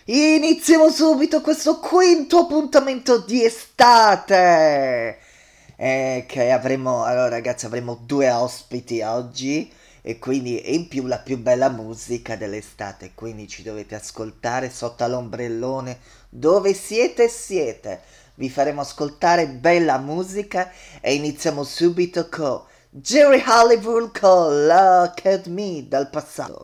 Iniziamo subito questo quinto appuntamento di estate. Che avremo, allora ragazzi, avremo due ospiti oggi e quindi e in più la più bella musica dell'estate, quindi ci dovete ascoltare sotto l'ombrellone dove siete. Vi faremo ascoltare bella musica e iniziamo subito con Jerry Halliwell con Look at Me dal passato.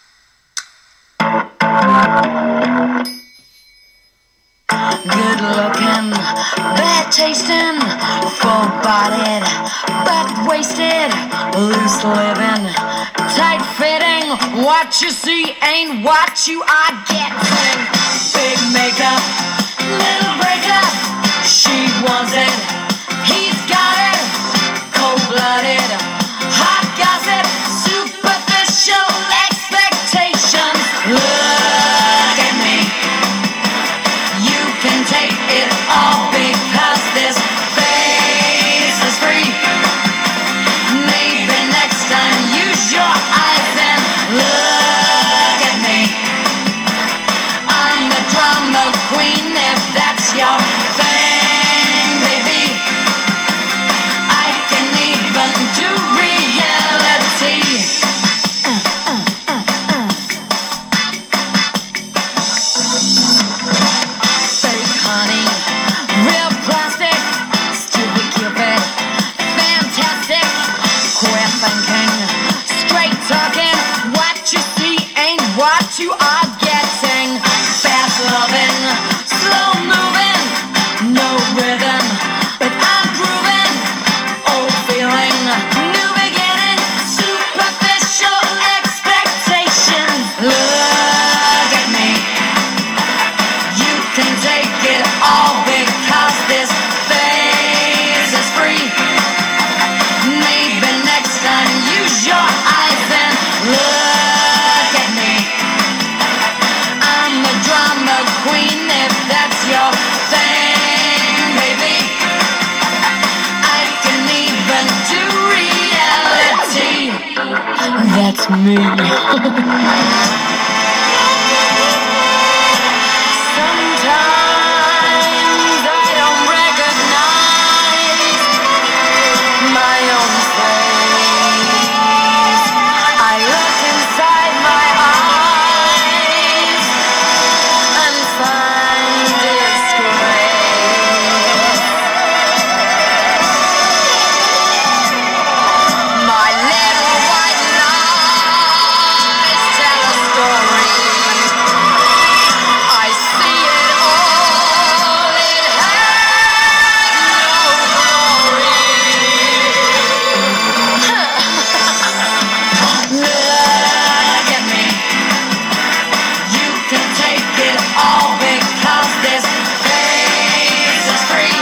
Good looking, bad tasting, full bodied, but wasted, loose living, tight fitting. What you see ain't what you are getting. Big makeup, little breakup. She wants it, he's got it. Cold blooded, hot gossip, superficial expectations. Look at me. You can take it all because this face is free. Maybe next time use your eyes and look at me. I'm the drama queen if that's your thing, baby. I can even do reality. Fake honey, real plastic, stupid cupid, fantastic, queer thinking, straight talking. What you see ain't what you are getting. Fast loving, slow moving, no rhythm, but I'm grooving. Old feeling, new beginning, superficial expectations. Look at me. You can take it all because this face is free. Maybe next time use your eyes and look at me. I'm the drama queen if that's your thing, baby. I can even do reality. That's me. Sometimes I don't recognize my own face. I look inside my eyes and find disgrace. My little white lies tell a story. I see it all, it had no glory. Look at me. You can take it all because this face is free.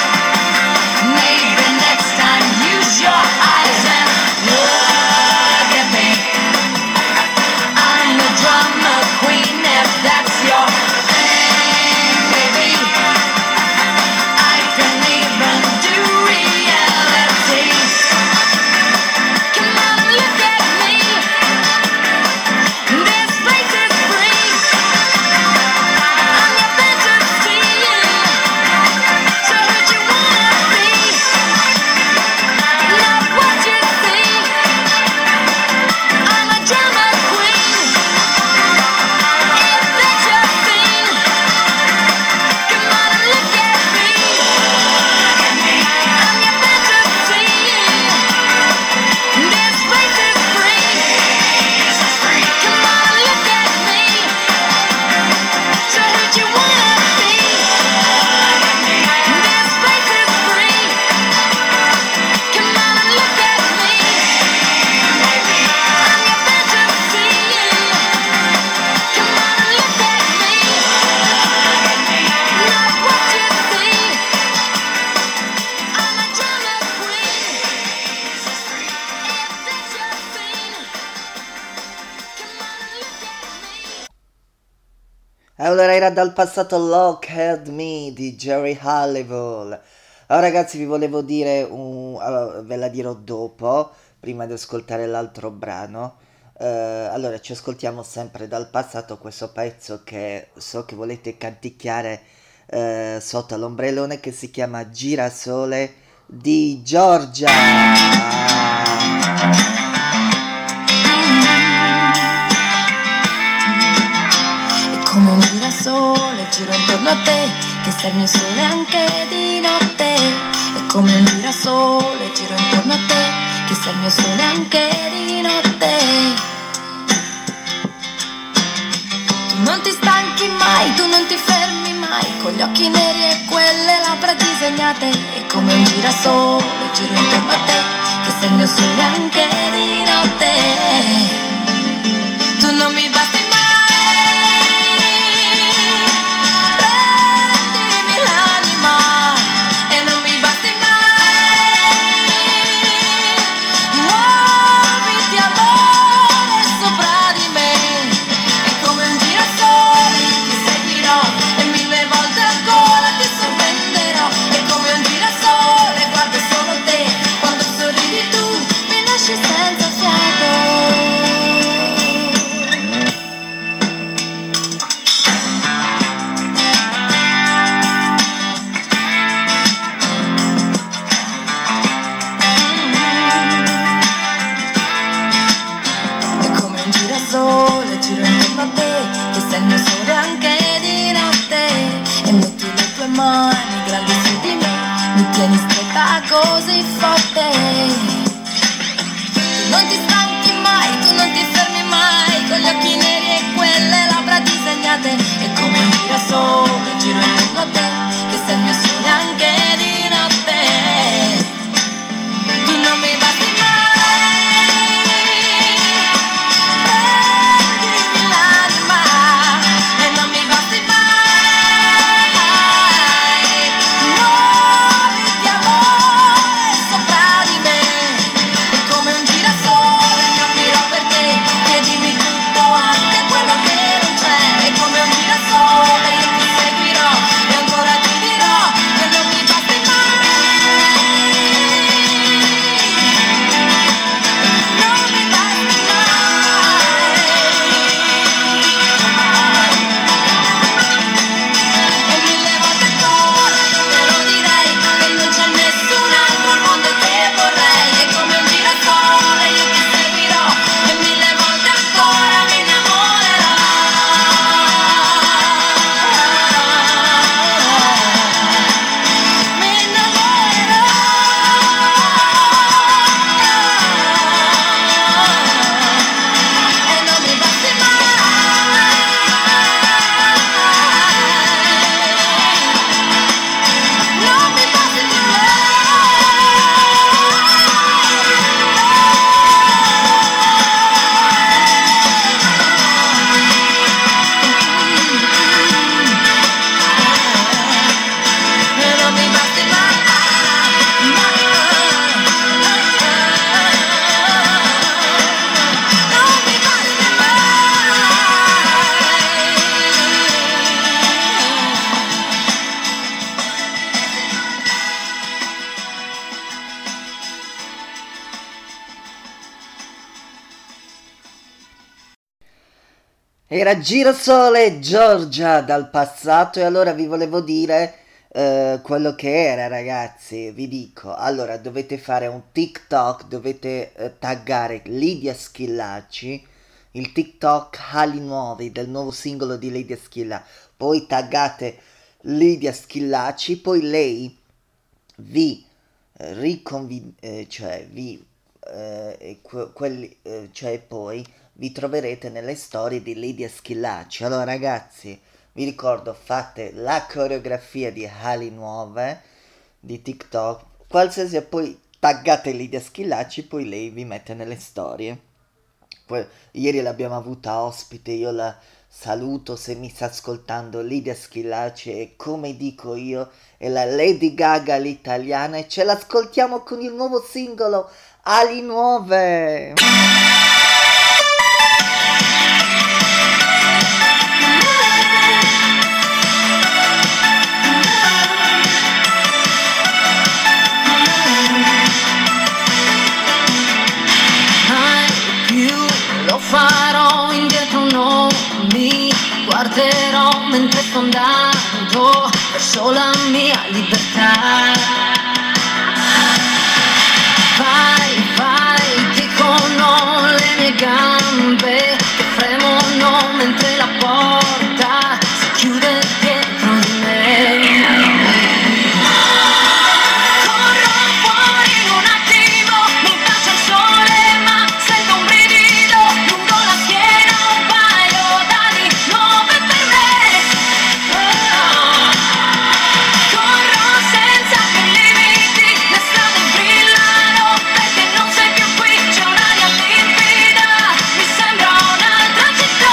Maybe next time use your eyes and look at me. I'm the drama queen if that's your thing, baby. I can even do reality. Come on, look at me. This place is free. I'm your fantasy. So who'd you wanna be? Not what you see. I'm a drama queen. If that's your thing, come on and look at me. I'm your fantasy. This place is free. Come on and look at me. So who'd you wanna be? This place is free. Come on and look at me. I'm your fantasy. Come on and look at me. Not what you see. I'm a drama queen. If that's your thing, come on and look at me. Allora era dal passato Look at Me di Jerry Halliwell. Allora ragazzi vi volevo dire, allora, ve la dirò dopo, prima di ascoltare l'altro brano. Allora, ci ascoltiamo sempre dal passato questo pezzo che so che volete canticchiare sotto l'ombrellone, che si chiama Girasole di Giorgia. È come un girasole, giro intorno a te, che sei il mio sole anche di notte. È come un girasole, giro intorno a te, che sei il mio sole anche di notte. Tu non ti stanchi mai, tu non ti fermi mai, con gli occhi neri e quelle labbra disegnate. È come un girasole, giro intorno a te, che sei il mio sole anche di notte. Tu non mi basti mai, prendimi l'anima e non mi basti mai. Muoviti amore sopra di me, è come un girasole, ti seguirò e mille volte ancora ti sorprenderò. È come un girasole, guardo solo te, quando sorridi tu mi lasci senza fiato. È come un girasole, giro intorno a te, che sei il mio sole anche di notte. E metti le tue mani grandi su di me, mi tieni stretta così forte. Tu non ti stanchi mai, tu non ti fermi mai, con gli occhi neri e quelle labbra disegnate. È come un girasole, giro intorno a te, che sei il mio sole anche di notte. Tu non mi basti mai, prendimi l'anima e non mi basti mai. Muoviti amore sopra di me, è come un girasole, capirò per te, chiedimi tutto anche quello che non c'è. È come un girasole, io ti seguirò e ancora ti dirò che non mi basti mai. Non mi basti mai. E mille volte ancora te lo direi, che non c'è nessun altro al mondo che vorrei. È come un girasole, io ti seguirò e mille volte ancora mi innamorerò. Mi innamorerò e non mi basti mai. Non mi basti mai. Non mi basti mai. Non mi basti Era Girasole Giorgia dal passato, e allora vi volevo dire quello che era, ragazzi. Vi dico, allora dovete fare un TikTok, dovete taggare Lidia Schillaci, il TikTok Ali Nuovi del nuovo singolo di Lidia Schilla, poi taggate Lidia Schillaci, poi lei vi cioè vi cioè poi vi troverete nelle storie di Lidia Schillaci. Allora ragazzi, vi ricordo, fate la coreografia di Ali Nuove di TikTok, qualsiasi, e poi taggate Lidia Schillaci, poi lei vi mette nelle storie. Poi, ieri l'abbiamo avuta ospite, io la saluto se mi sta ascoltando, Lidia Schillaci, e come dico io è la Lady Gaga l'italiana, e ce l'ascoltiamo con il nuovo singolo Ali Nuove. Mai più lo guarderò mentre sto andando verso la mia libertà. Vai, vai, dicono le mie gambe che fremono mentre la porta si chiude dietro di me. Corro fuori in un attimo, mi bacia il sole ma sento un brivido lungo la schiena, un paio d'ali nuove per me. Corro senza più limiti, le strade brillano perché non sei più qui, c'è un'aria limpida, mi sembra un'altra città.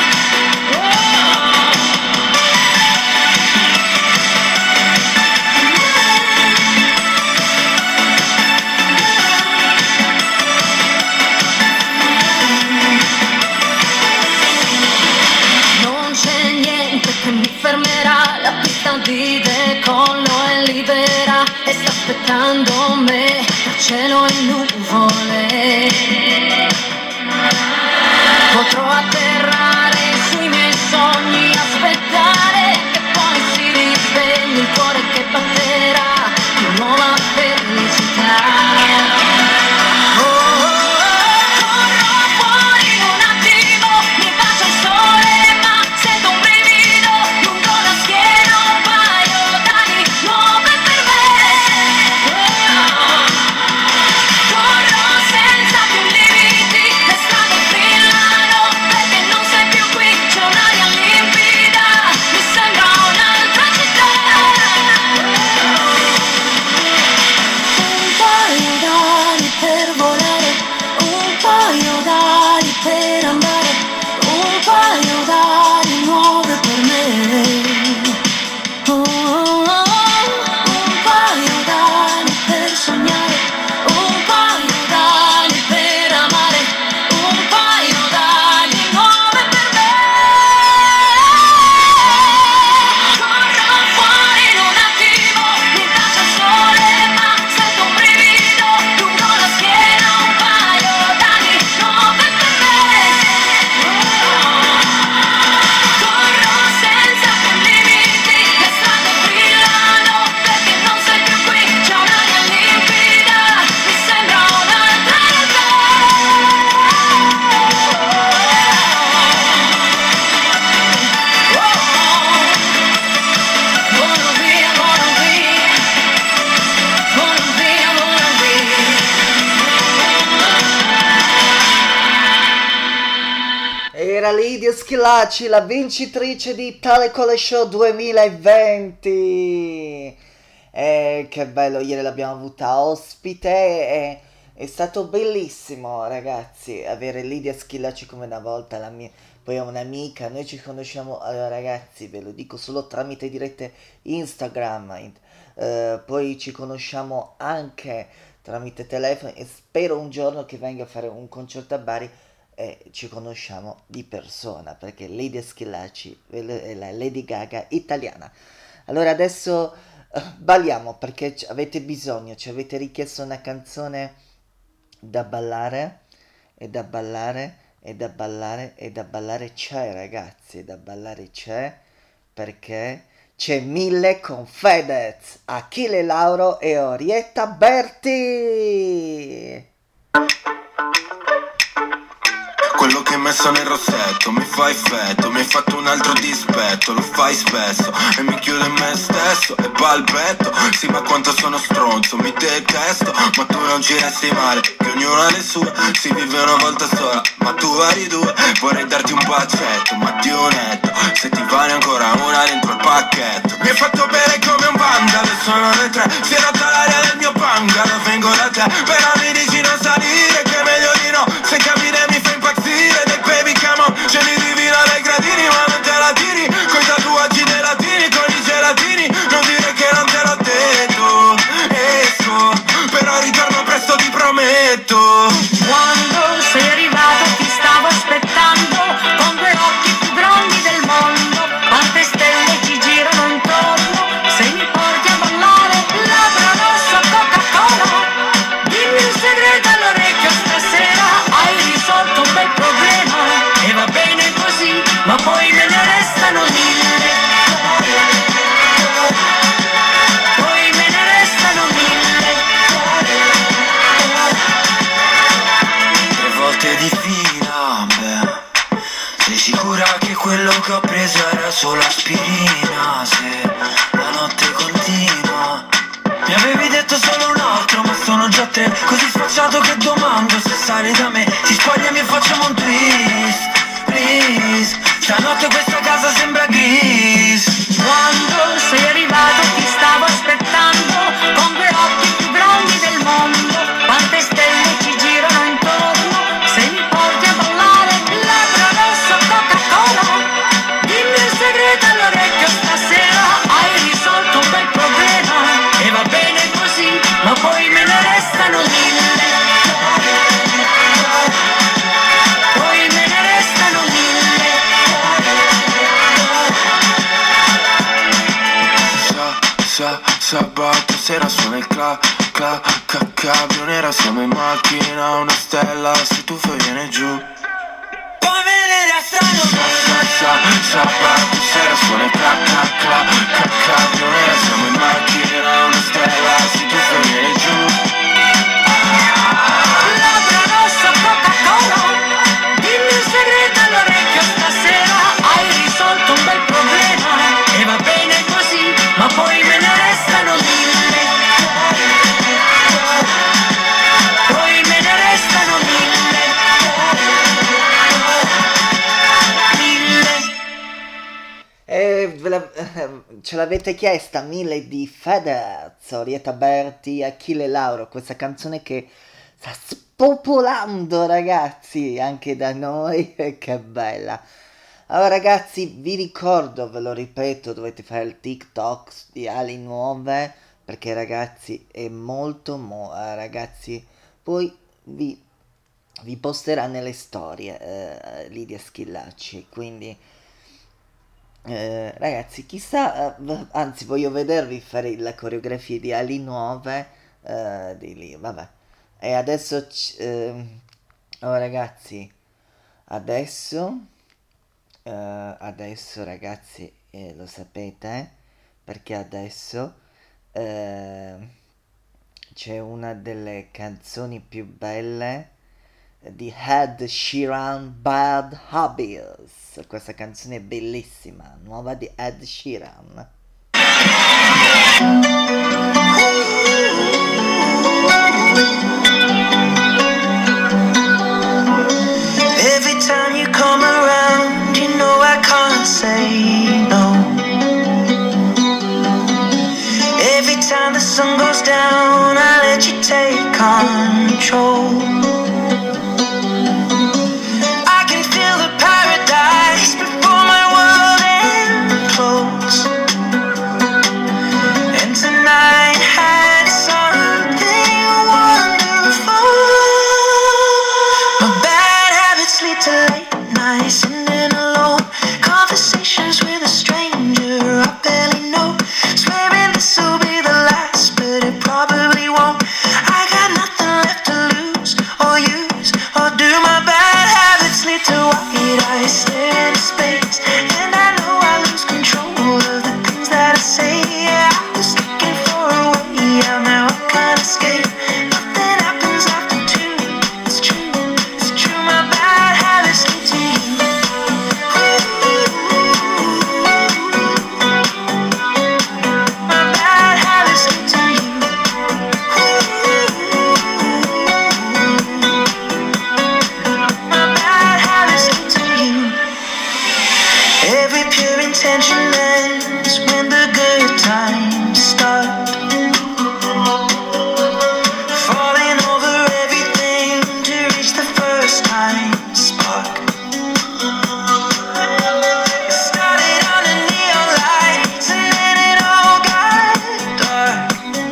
Non c'è niente che mi fermerà, la pista di decollo è libera e sta aspettando me tra cielo e nuvole. Potrò atterrare sui miei sogni, aspettare che poi si risvegli il cuore che batterà di nuova felicità. Corro fuori in un attimo, mi bacia il sole ma sento un brivido lungo la schiena, un paio d'ali nuove per me. Corro senza più limiti, le strade brillano perché non sei più qui, c'è un'aria limpida, mi sembra un'altra città. Un paio d'ali per volare, un paio d'ali per andare, un paio d'ali nuove per me. Un paio d'ali per sognare, un paio d'ali per amare, un paio d'ali nuove per me. Corro fuori in un attimo, mi bacia il sole ma sento un brivido lungo la schiena, un paio d'ali nuove per me. Corro senza più limiti, le strade brillano perché non sei più qui, c'è un'aria limpida, mi sembra un'altra realtà. Volo via, volo via, volo via, volo via. Era Lidia Schillaci, la vincitrice di Tale Cole Show 2020. Che bello, ieri l'abbiamo avuta ospite e è stato bellissimo, ragazzi, avere Lidia Schillaci come una volta, poi è un'amica, noi ci conosciamo, allora ragazzi, ve lo dico solo tramite dirette Instagram, poi ci conosciamo anche tramite telefono e spero un giorno che venga a fare un concerto a Bari e ci conosciamo di persona, perché Lidia Schillaci è la Lady Gaga italiana. Allora adesso balliamo perché avete bisogno, ci avete richiesto una canzone da ballare e da ballare e da ballare e da ballare c'è, ragazzi, da ballare c'è, perché c'è Mille con Fedez, Achille Lauro e Orietta Berti. Quello che hai messo nel rossetto mi fa effetto, mi hai fatto un altro dispetto, lo fai spesso e mi chiudo in me stesso e balbetto. Sì, ma quanto sono stronzo, mi detesto, ma tu non ci resti male, che ognuno ha le sue, si vive una volta sola, ma tu vari due. Vorrei darti un bacetto, ma ti netto, se ti vale ancora una dentro il pacchetto. Mi hai fatto bere come un vandalo, sono le 3, si è rotta l'aria del mio bungalow, vengo da te, però mi dici non salire, che è meglio di no, se capire mi fa impazzire. Dei baby come on, ce li divina dai gradini, ma non te la tiri, coi tatuaggi dei latini, con i gelatini, non dire che non te l'ho detto, esco, però ritorno presto ti prometto. Quando sei arrivato ti stavo aspettando con due occhi più grandi del mondo, quante stelle ci girano intorno, se mi porti a ballare labbra rossa Coca-Cola, dimmi quello che ho preso era solo aspirina. Se la notte continua. Mi avevi detto solo un altro, ma sono già tre. Così sfacciato che domando se sali da me. Ti spogliami e facciamo un twist, please. Stanotte questa casa sembra gris. Quando sei arrivato ti stavo aspettando con due occhi più grandi del mondo. Quante stelle ci girano intorno, se mi porti a ballare labbra rosso Coca-Cola. Dimmi un segreto all'orecchio stasera, hai risolto un bel problema. E va bene così, ma poi me ne restano mille. Poi me ne restano mille. Sabato sera suona il cabrio nera, siamo in macchina, una stella, se tu fai viene giù. Poi me ne restano sabato sera suona il cabrio nera, siamo in macchina, una stella, se tu fai viene giù. Labbra rossa Coca-Cola, dimmi un segreto all'orecchio stasera, hai risolto un bel problema. E va bene così, ma poi me ne restano mille. Poi me ne restano mille. Mille. Ce l'avete chiesta, Mille di Fedez, Orietta Berti, Achille Lauro, questa canzone che sta spopolando, ragazzi, anche da noi, che bella. Allora ragazzi, vi ricordo, ve lo ripeto, dovete fare il TikTok di Ali Nuove, perché ragazzi è molto, ragazzi, poi vi posterà nelle storie Lidia Schillaci, quindi ragazzi, chissà, anzi voglio vedervi fare la coreografia di Ali Nuove, di lì, vabbè. E adesso, oh ragazzi, adesso ragazzi, lo sapete, perché adesso c'è una delle canzoni più belle di Ed Sheeran, Bad Habits. Questa canzone è bellissima, nuova di Ed Sheeran. Every time you come around, you know I can't say no. Every time the sun goes down, I let you take control. I can feel the paradise before my world implodes. And tonight had something wonderful. My bad habits lead to late nights and then alone conversations with a stranger I barely know. Swearing this will be the last, but it probably won't. I got nothing left to lose or use or do. My bad habits lead to white eyes staring into space, and I know I lose control of the things that I say. Yeah, I was looking for a way out, now I can't escape. Nothing happens after two. It's true. My bad habits lead to you. My bad habits lead to you. My bad habits lead to you. Every pure intention ends when the good times start. Falling over everything to reach the first time spark. It started under neon lights and then it all got dark.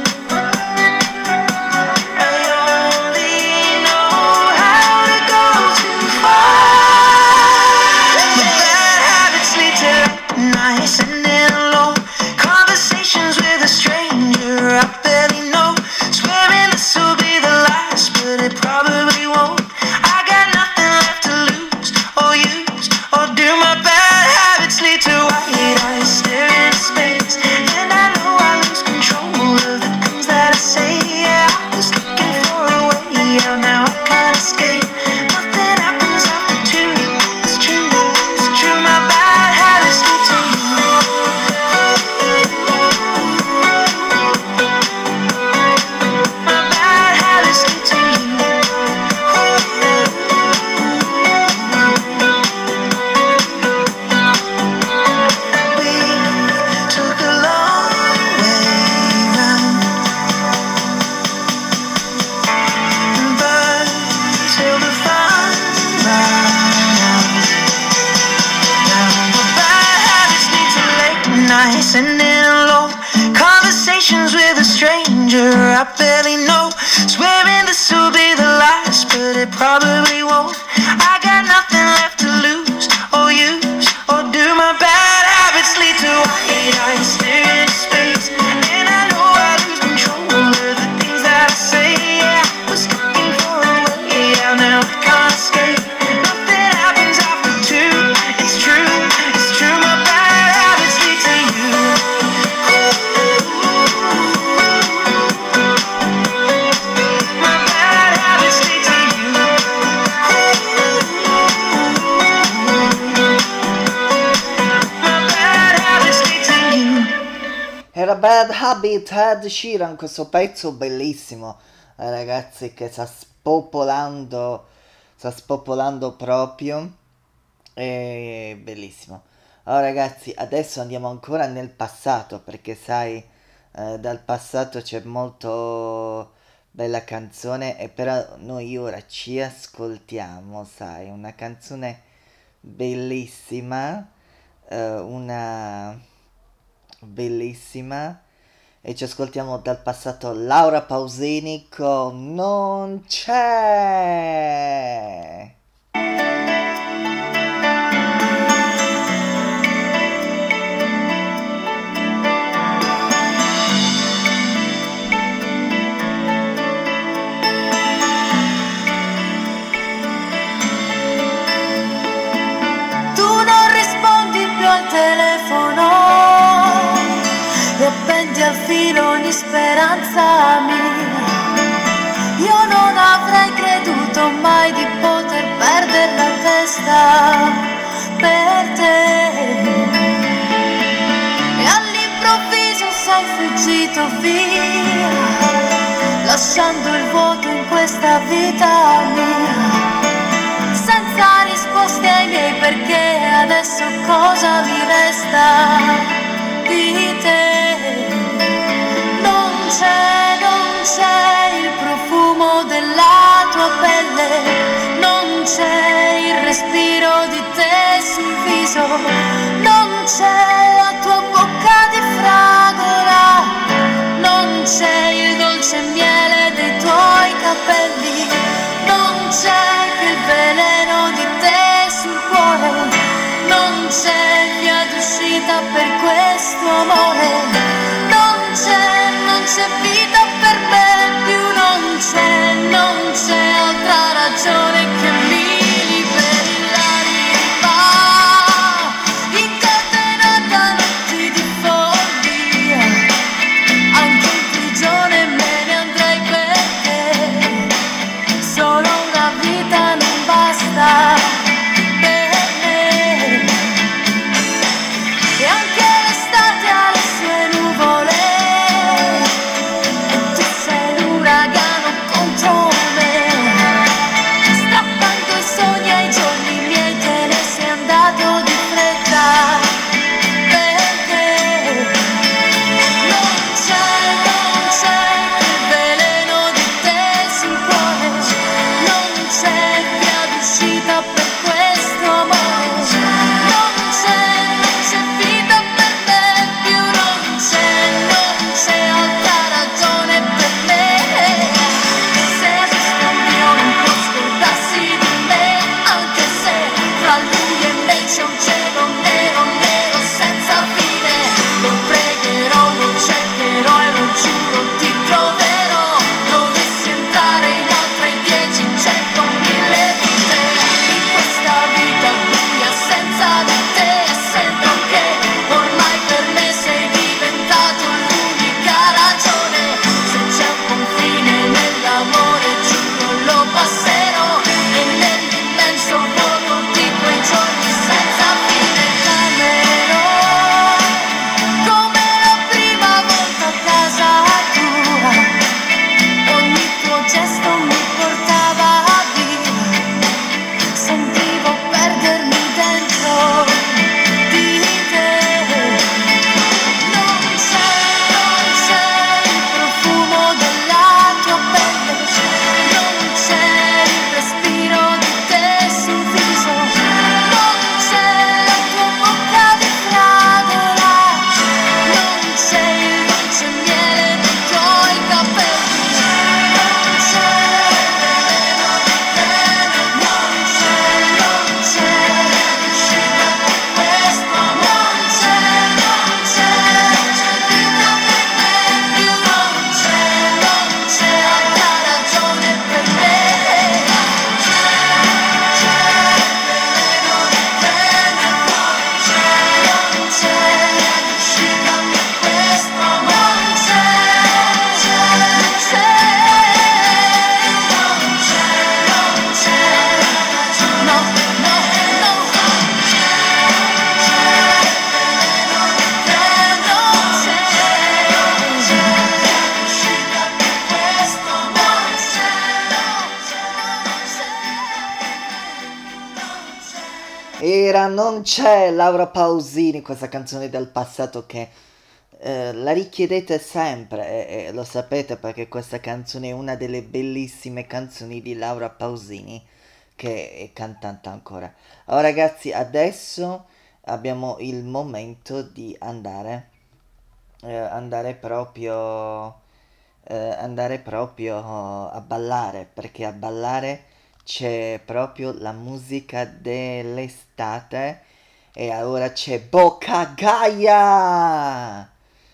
I only know how to go too far. My bad habits lead to late nights and then alone conversations with a stranger I barely know. Swearing this will be the last, but it probably won't. I got nothing left to lose or use or do. My bad habits lead to white eyes staring into space, and I know I lose control of the things that I say. Yeah, I was looking for a way out, now I can't escape. Nothing happens after two. It's true. My bad night, sending alone conversations with a stranger I barely know. Swearing this will be the last, but it probably won't. I got nothing left to lose or use or do. My bad habits lead to white eyes staring into space, and I know I lose control of the things that I say. Yeah, I was looking for a way out, now I can't escape. Nothing happens after two. It's true, it's true. My bad habits lead to you. My bad habits lead to you. My bad habits lead to you. Era Bad Habit, Ed Sheeran, questo pezzo bellissimo, ragazzi, che sta spopolando proprio, è bellissimo. Allora ragazzi, adesso andiamo ancora nel passato, perché sai, dal passato c'è molto bella canzone, e però noi ora ci ascoltiamo, sai, una canzone bellissima, una bellissima, e ci ascoltiamo dal passato Laura Pausini con Non c'è. Tu non rispondi più al telefono e appendi al filo ogni speranza mia. Io non avrei creduto mai di poter perdere la testa per te, e all'improvviso sei fuggito via, lasciando il vuoto in questa vita mia. Senza risposte ai miei perché, adesso cosa mi resta di te? Non c'è il profumo della tua pelle, non c'è il respiro di te sul viso, non c'è la tua bocca di fragola, non c'è il dolce miele dei tuoi capelli, non c'è che il veleno di te sul cuore, non c'è via d'uscita per questo amore, non c'è vita per me più, non c'è altra ragione che mi liberi l'anima, incatenata a notti di follia, anche in prigione me ne andrei perché solo una vita non basta per me, e anche l'estate ha le sue nuvole, e tu sei l'uragano contro me, strappa sera non c'è Laura Pausini, questa canzone del passato che la richiedete sempre e lo sapete perché questa canzone è una delle bellissime canzoni di Laura Pausini che è cantante ancora. Allora ragazzi, adesso abbiamo il momento di andare proprio a ballare, perché a ballare c'è proprio la musica dell'estate e ora c'è Boca Gaia!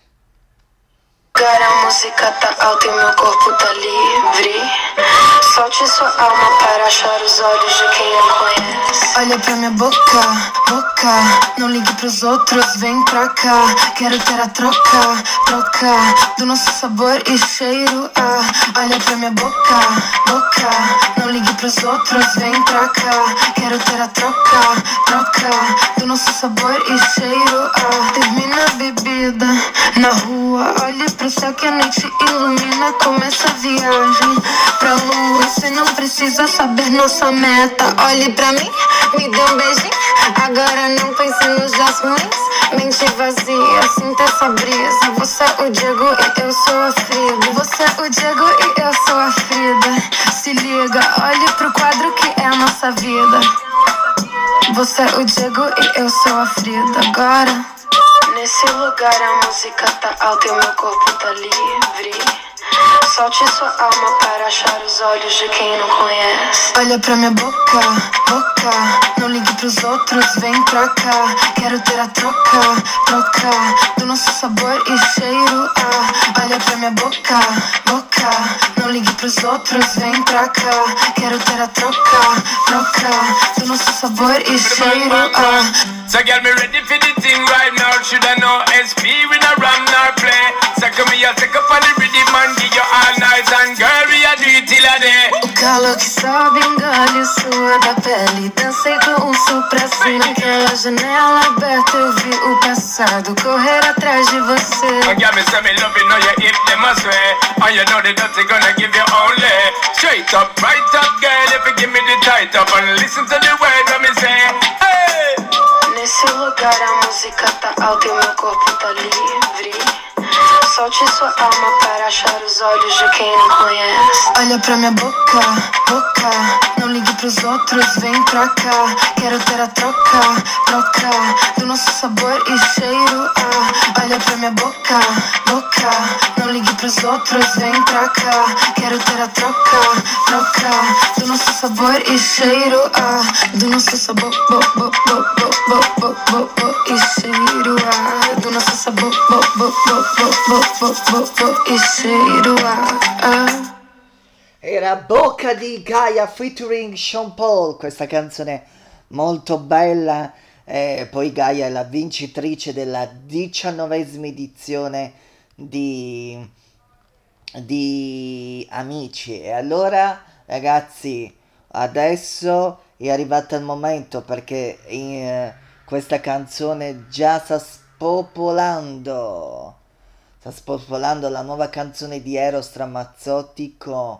Agora a música tá alta e meu corpo tá livre. Solte sua alma para achar os olhos de quem a conhece. Olha pra minha boca, boca. Não ligue pros outros, vem pra cá. Quero ter a troca, troca do nosso sabor e cheiro. Olha pra minha boca, boca. Não ligue pros outros, vem pra cá. Quero ter a troca, troca do nosso sabor e cheiro. Termina a bebida na rua. Olhe pro céu que a noite ilumina. Começa a viagem pra lua. Você não precisa saber nossa meta. Olhe pra mim, me dê um beijinho. Agora não pense nos dias ruins. Mente vazia, sinta essa brisa. Você é o Diego e eu sou a Frida. Você é o Diego e eu sou a Frida. Se liga, olhe pro quadro que é a nossa vida. Você é o Diego e eu sou a Frida. Agora nesse lugar a música tá alta e o meu corpo tá livre. Solte sua alma para achar os olhos de quem não conhece. Olha pra minha boca, boca. Não ligue pros outros, vem pra cá. Quero ter a troca, troca do nosso sabor e cheiro. Olha pra minha boca, boca. Não ligue pros outros, vem pra cá. Quero ter a troca, troca do nosso sabor e cheiro. So girl, me ready for the thing right now. Should I know SP when I run or play? Second me, I'll take up on the rhythm and give you all night. And girl, we a do it till a day. O calor que sobe, engole o suor da pele. Dancei com o sul pra cima. Naquela janela aberta eu vi o passado correr atrás de você. And girl, me say me love you, know you hip them a sway. And you know the dirty gonna give you only. Straight up, right up, girl, if you give me the tight up. And listen to the words that me say. Hey! Nesse lugar a música tá alta e meu corpo tá livre. Solte sua alma para achar os olhos de quem não conhece. Olha pra minha boca, boca. Não ligue pros outros, vem pra cá. Quero ter a troca, troca do nosso sabor e cheiro. Olha pra minha boca, boca. Não ligue pros outros, vem pra cá. Quero ter a troca, troca do nosso sabor e cheiro. Do nosso sabor, bo, bo, bo, bo, bo, bo, bo, bo, e cheiro. Do nosso sabor, bo, bo, bo, bo, bo, bo, bo, bo, e cheiro. Era Boca di Gaia featuring Sean Paul, questa canzone molto bella. Poi Gaia è la vincitrice della 19esima edizione di Amici. E allora ragazzi, adesso è arrivato il momento perché questa canzone già sta spopolando la nuova canzone di Eros Ramazzotti con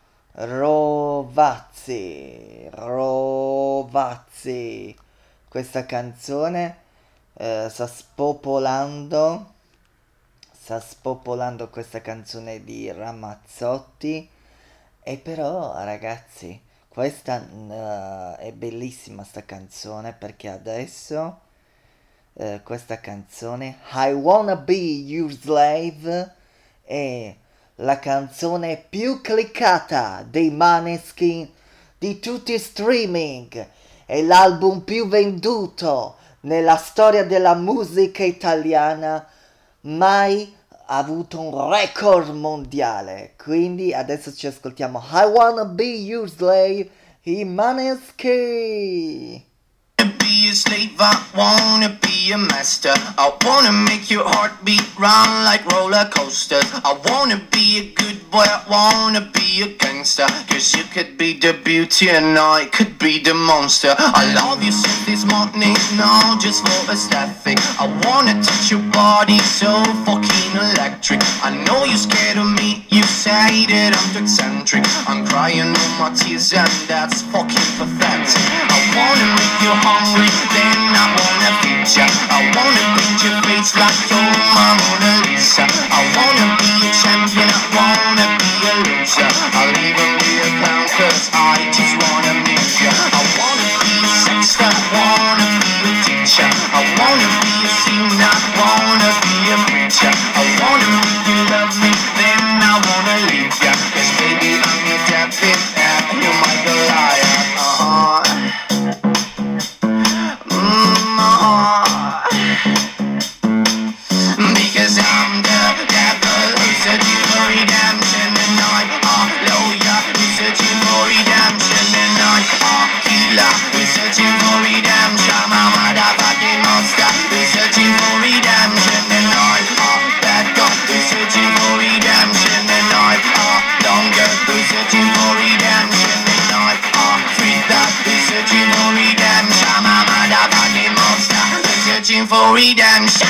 Rovazzi. Questa canzone sta spopolando questa canzone di Ramazzotti. E però ragazzi, questa è bellissima sta canzone, perché adesso questa canzone I Wanna Be Your Slave è la canzone più cliccata dei Maneskin di tutti i streaming, è l'album più venduto nella storia della musica italiana, mai ha avuto un record mondiale. Quindi adesso ci ascoltiamo I Wanna Be Your Slave, i Maneskin. Be a slave, I wanna be a master. I wanna make your heart beat round like roller coasters. I wanna be a good boy, I wanna be a gangster. Cause you could be the beauty and I could be the monster. I love you since this morning, no, just for aesthetic. I wanna touch your body so fucking electric. I know you're scared of me, you say that I'm too eccentric. electric. I'm crying all my tears and that's fucking pathetic. I wanna make you hungry, then I wanna feed ya. I wanna paint your face like you're my Mona Lisa. I wanna be a champion, I wanna be a loser. I'll even be a clown cause I just wanna meet ya. I wanna be a sexter, wanna be a teacher. I wanna be a singer, I wanna be a preacher. I wanna make you love me, then I wanna leave ya. Cause baby I'm your David and you're my Goliath. Because I'm the devil who's searching for redemption, and I'm a lawyer who's searching for redemption, and I'm a healer who's searching for redemption. I'm a motherfucking monster who's searching for redemption, and I'm a bad guy who's searching for redemption, and I'm a longer who's searching for redemption, and I'm a freak that who's searching for redemption. I'm a motherfucking monster who's searching for redemption.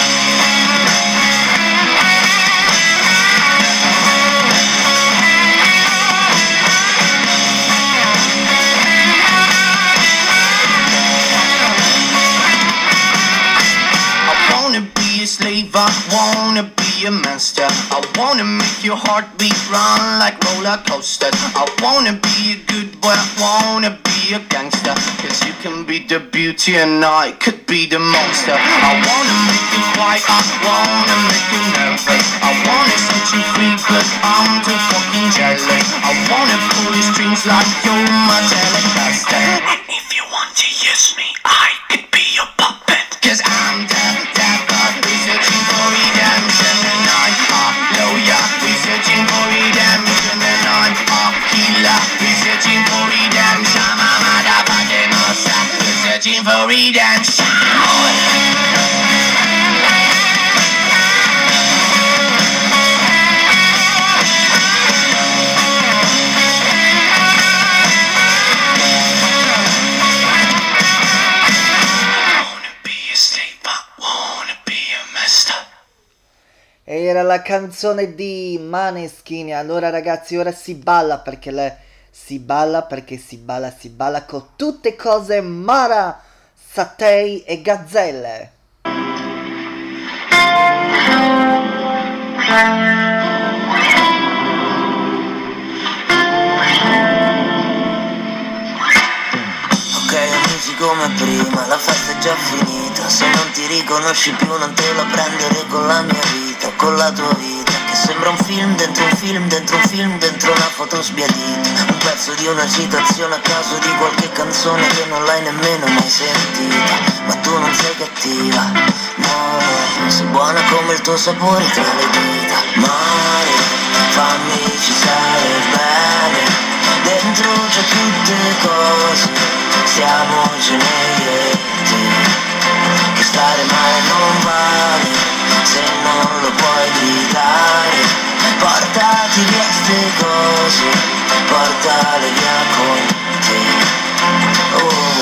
Slave, I wanna be a master. I wanna make your heartbeat run like roller coasters. I wanna be a good boy, I wanna be a gangster. Cause you can be the beauty and I could be the monster. I wanna make you quiet, I wanna make you nervous. I wanna set you free but I'm too fucking jealous. I wanna pull your strings like you're my telecaster. And if you want to use me, I could be your puppet. Cause I'm the searching for redemption, and I'm a lawyer who's searching for redemption, and I'm a healer who's searching for redemption. I'm a motherfucking monster who's searching for redemption. Era la canzone di Maneskin. Allora ragazzi, ora si balla perché si balla con tutte cose Mara, Satei e Gazzelle. Come prima, la festa è già finita. Se non ti riconosci più non te la prendere con la mia vita, con la tua vita. Che sembra un film dentro un film, dentro un film, dentro una foto sbiadita. Un pezzo di una citazione a caso di qualche canzone che non l'hai nemmeno mai sentita. Ma tu non sei cattiva, no, sei buona come il tuo sapore tra le dita. Mare, fammi ci stare bene. Dentro c'è tutte cose, siamocene io e te. Che stare male non vale, se non lo puoi gridare. Portati via ste cose, portale via con te.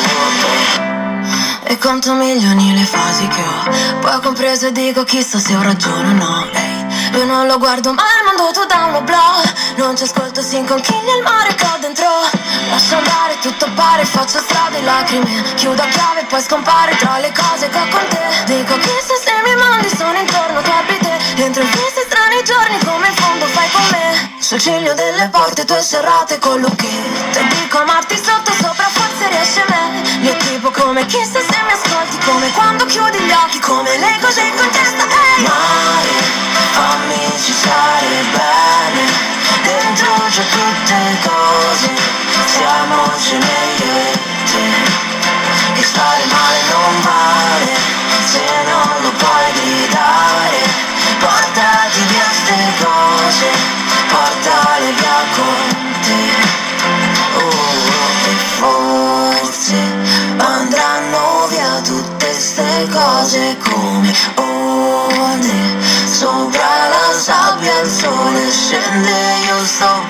E conto milioni le fasi che ho, poi ho compreso e dico chissà se ho ragione o no. Io non lo guardo mai il mondo tu da un oblò. Non ci ascolto, si inconchiglia il mare che ho dentro. Lascio andare, tutto pare, faccio strade e lacrime. Chiudo a chiave e poi scompare tra le cose che ho con te. Dico chissà se i miei mondi sono intorno, tu abiti. Entro in fissi strani giorni come in fondo fai con me. Sul ciglio delle porte tue serrate con lucchetto. E dico amarti sotto sopra forse riesce a me. Io tipo come chissà se mi ascolti, come quando chiudi gli occhi, come le cose con testa, ehi. Mare, fammi ci stare bene. Dentro c'è tutte cose, siamocene io e te. Che stare male non vale, se non lo puoi gridare. Portati via ste cose, portale via con te. E forse andranno via tutte ste cose come onde sopra la sabbia, il sole scende, io sto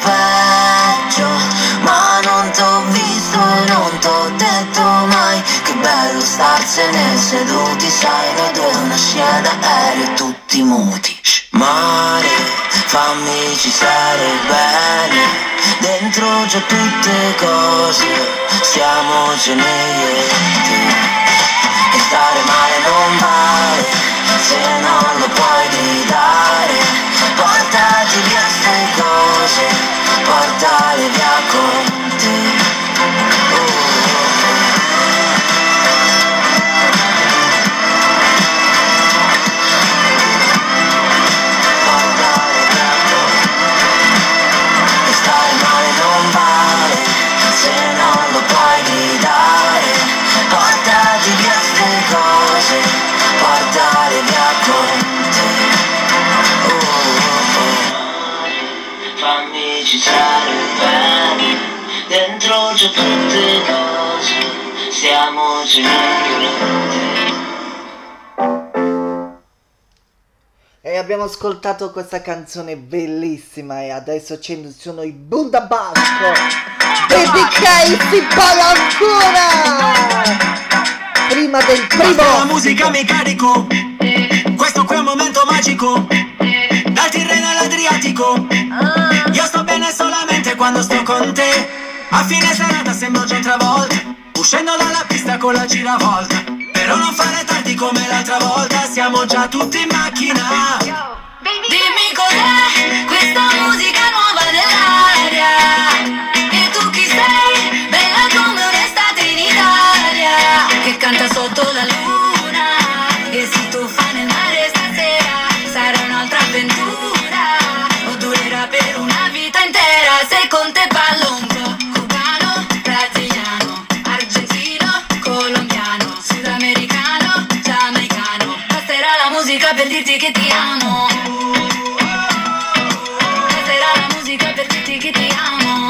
peggio, ma non t'ho visto e non t'ho detto mai che bello starsene seduti, sai, noi due una scia d'aereo tutti muti. Mare, fammi ci stare bene, dentro già tutte cose, stiamocene io e te. E stare male non vale, se non lo puoi gridare, portati via ste cose, portale via con te. Portare via con te. Fammi ci stare bene, dentro già tutte cose, stiamoci E abbiamo ascoltato questa canzone bellissima e adesso ci sono i Bundabasco. Baby K si balla ancora! Prima del primo. Basta la musica mi carico, questo qui è un momento magico, dal Tirreno all'Adriatico. Io sto bene solamente quando sto con te, a fine serata sembro già travolta, uscendo dalla pista con la giravolta. Però non fare tardi come l'altra volta, siamo già tutti in macchina. Dimmi cos'è questa musica nuova dell'aria, e tu chi sei, bella come un'estate in Italia, che canta sotto la luna e si tuffa nel mare stasera. Sarà un'altra avventura o durerà per una vita intera. Se con te ballo un po' cubano, brasiliano, argentino, colombiano, sudamericano, giamaicano, basterà la musica per dirti che ti amo. Basterà la musica per dirti che ti amo.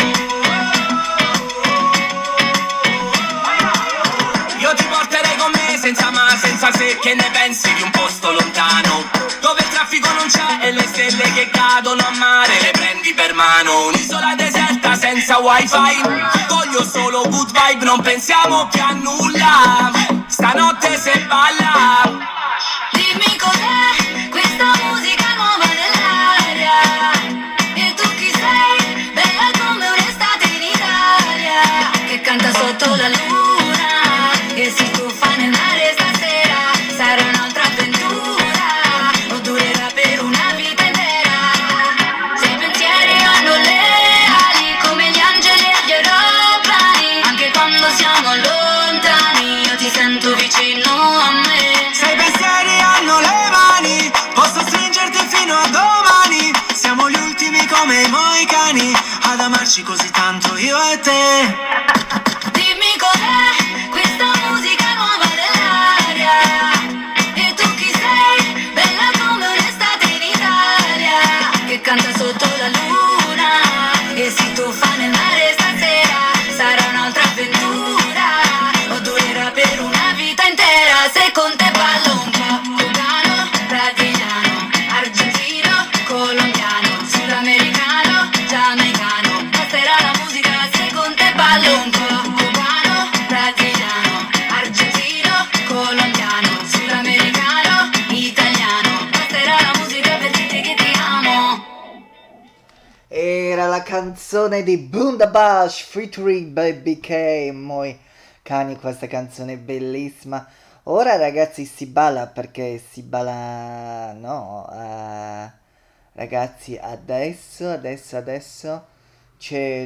Io ti porterei con me senza ma, senza se, che ne pensi di un posto lontano, dove il traffico non c'è e le stelle che cadono a mare le prendi per mano. Un'isola deserta senza wifi, voglio solo good vibe, non pensiamo più a nulla, stanotte se balla. Dimmi cos'è questa musica nuova dell'aria, e tu chi sei, bella come un'estate in Italia, che canta sotto la luna e si tuffa nel mare stasera. Sarà un'altra avventura o durerà per una vita intera. Se i pensieri hanno le ali come gli angeli e gli aeroplani, anche quando siamo lontani io ti sento vicino a me. Se i pensieri hanno le mani, posso stringerti fino a domani, siamo gli ultimi come i moicani ad amarci così tanto io e te. Dimmi cos'è questa musica nuova dell'aria, e tu chi sei, bella come un'estate in Italia, che canta sotto la luna e si tuffa nel mare stasera. Sarà un'altra avventura o durerà per una vita intera. Se con te ballo un po' cubano, brasiliano, argentino, colombiano, sudamericano, giamaicano, basterà la musica. Se con te ballo un po' cubano, brasiliano, argentino, colombiano, sudamericano, italiano, basterà la musica per dirti che ti amo. Era la canzone di Bundabash featuring Baby K. Moi cani, questa canzone è bellissima. Ora ragazzi si balla, perché si balla, no, ragazzi adesso c'è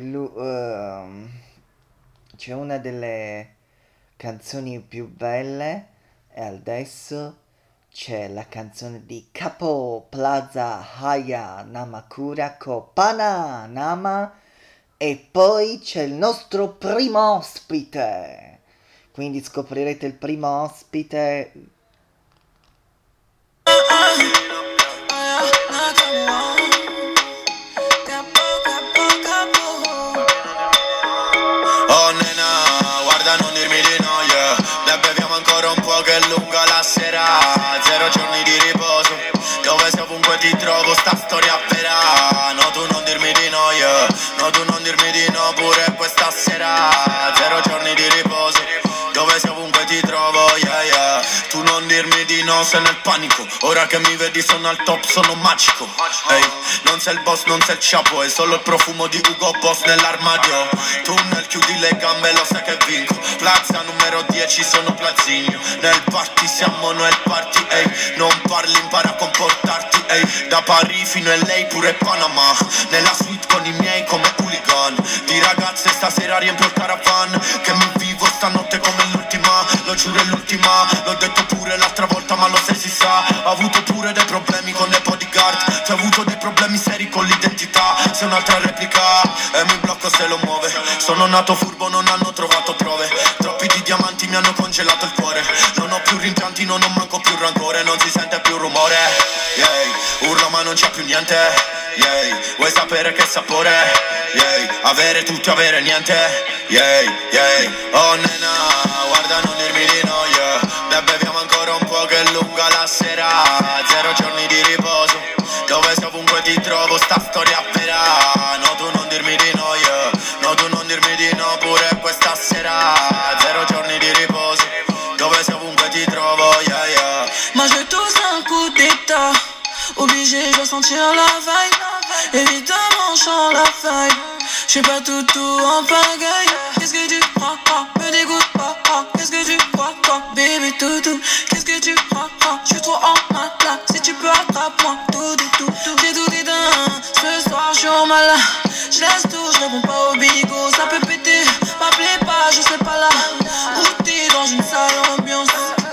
c'è una delle canzoni più belle, e adesso c'è la canzone di Capo Plaza Haya Namakura Kopana Nama, e poi c'è il nostro primo ospite. Quindi scoprirete il primo ospite. Oh nena, guarda non dirmi di no, yeah. Ne beviamo ancora un po' che è lunga la sera. 0 giorni di riposo, dove sei ovunque ti trovo, sta storia vera. No tu non dirmi di no, yeah. No tu non dirmi di no pure questa sera. 0 giorni di riposo, dove sei ovunque ti trovo. di no, sei nel panico. Ora che mi vedi sono al top, sono magico. Ehi, non sei il boss, non sei il ciapo, è solo il profumo di Hugo Boss nell'armadio. Tunnel, chiudi le gambe, lo sai che vinco. Plaza numero 10, sono Plazinio. Nel party siamo noi il party, ehi. Non parli, impara a comportarti, ehi. Da Parigi fino a LA, pure Panama. Nella suite con i miei come hooligan. Di ragazze stasera riempio il caravan. Che mi vivo stanotte come l'ultima. Lo giuro è l'ultima. L'ho detto pure l'altra volta ma lo sai si sa. Ho avuto pure dei problemi con le bodyguard. Ti ho avuto dei problemi seri con l'identità. Sei un'altra replica e mi blocco se lo muove. Sono nato furbo, non hanno trovato prove. Troppi di diamanti mi hanno congelato il cuore. Non ho più rimpianti, non ho manco più rancore. Non si sente più rumore, yeah. Urlo ma non c'è più niente, yeah. Vuoi sapere che sapore, yeah. Avere tutto, avere niente, yeah, yeah. Oh nena, guarda non dirmi di no, yeah. Ne beviamo ancora un po' che è lunga la sera. 0 giorni di riposo, dove sei ovunque ti trovo, sta storia vera. No tu non dirmi di no, yeah. No tu non dirmi di no pure questa sera. 0 giorni di riposo, dove sei ovunque ti trovo, yeah, yeah. Moi je veux tous un coup d'état. Obligé, je dois sentir la vibe. Évidemment, je sens la faille. Je suis pas tout en pagaille. Qu'est-ce que tu crois, me dégoûte pas. Qu'est-ce que tu crois, baby toutou. Qu'est-ce que tu crois, je suis trop en malade. Si tu peux attrape-moi, tout. J'ai tout éteint, ce soir je suis en malade. Je laisse tout, je réponds pas au bigot. Ça peut péter, m'appelez pas, je serai pas là. Où t'es dans une sale ambiance.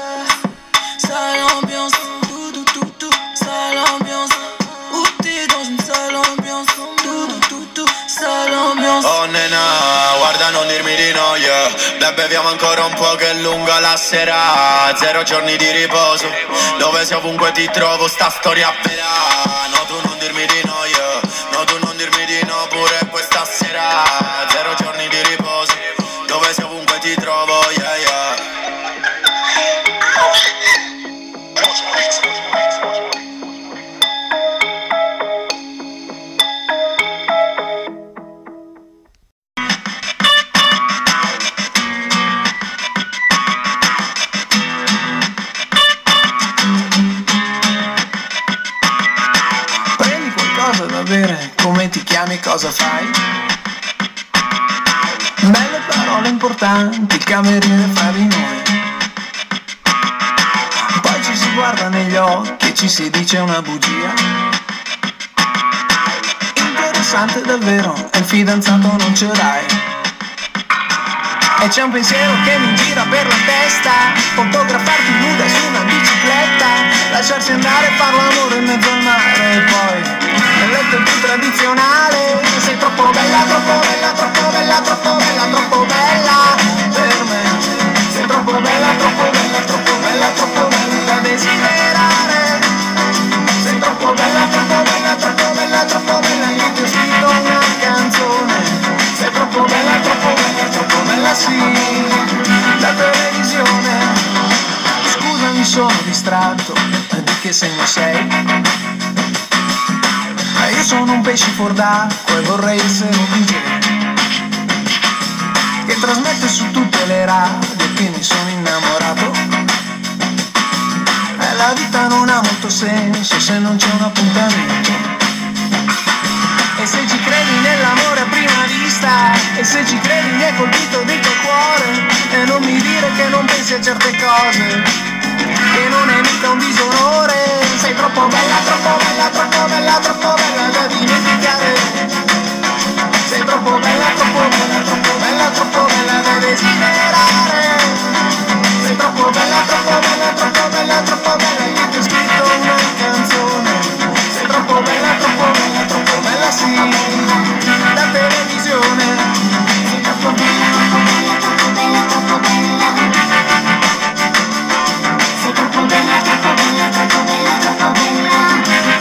Sale ambiance, tout, sale ambiance. Où t'es dans une sale ambiance, tout, sale ambiance. Oh nena, guarda non dirmi di no, yeah. Ne beviamo ancora un po' che è lunga la sera. 0 giorni di riposo, dove sei ovunque ti trovo, sta storia vera. No tu non dirmi di no, yeah. No tu non dirmi di no pure questa sera. 0 giorni di riposo, dove sei ovunque ti trovo, yeah, yeah. Prendi qualcosa da bere, come ti chiami, cosa fai? Belle parole importanti, il cameriere fra di noi. Poi ci si guarda negli occhi e ci si dice una bugia. Interessante davvero, e il fidanzato non ce l'hai. E c'è un pensiero che mi gira per la testa. Fotografarti nuda su una bicicletta. Lasciarsi andare e far l'amore in mezzo al mare. E poi nel letto più tradizionale. Sei troppo bella, troppo bella, troppo bella, troppo bella, troppo bella per me. Sei troppo bella, troppo bella, troppo bella, troppo bella da desiderare. Sei troppo bella, troppo bella, troppo bella, troppo bella. Io ti ho scritto una canzone. Sei troppo bella, troppo bella, troppo bella, sì, la televisione. Scusami, sono distratto, di che segno sei? Io sono un pesce fuor d'acqua e vorrei essere un DJ che trasmette su tutte le radio che mi sono innamorato. E la vita non ha molto senso se non c'è un appuntamento. E se ci credi nell'amore a prima vista, e se ci credi mi hai colpito dentro il cuore. E non mi dire che non pensi a certe cose, che non è mica un disonore. Sei troppo bella, troppo bella, troppo bella, troppo bella da dimenticare. Sei troppo bella, troppo bella, troppo bella, troppo bella da desiderare. Sei troppo bella, troppo bella, troppo bella, troppo bella. Io ti ho scritto una canzone. Sei troppo bella, troppo bella, sì, da televisione. Sei troppo bella, troppo bella, troppo bella, troppo bella. Sei troppo bella, troppo bella, troppo bella, troppo bella.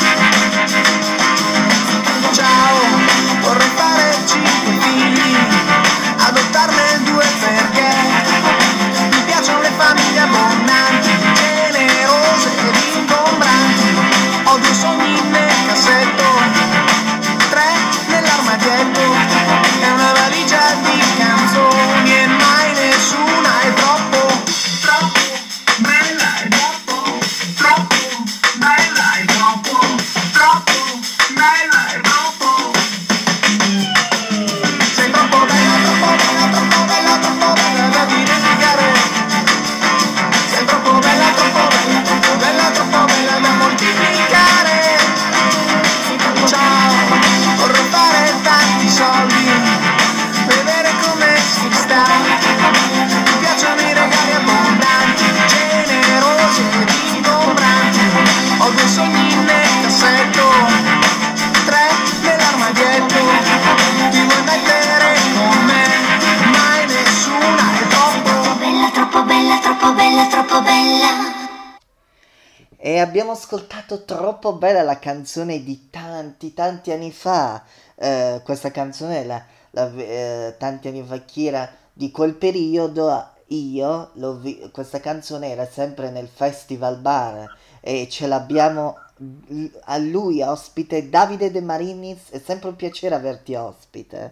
E abbiamo ascoltato Troppo bella, la canzone di tanti anni fa. Questa canzone, tanti anni fa, chi era di quel periodo, io questa canzone era sempre nel Festival Bar e ce l'abbiamo a lui ospite, Davide De Marinis. È sempre un piacere averti ospite.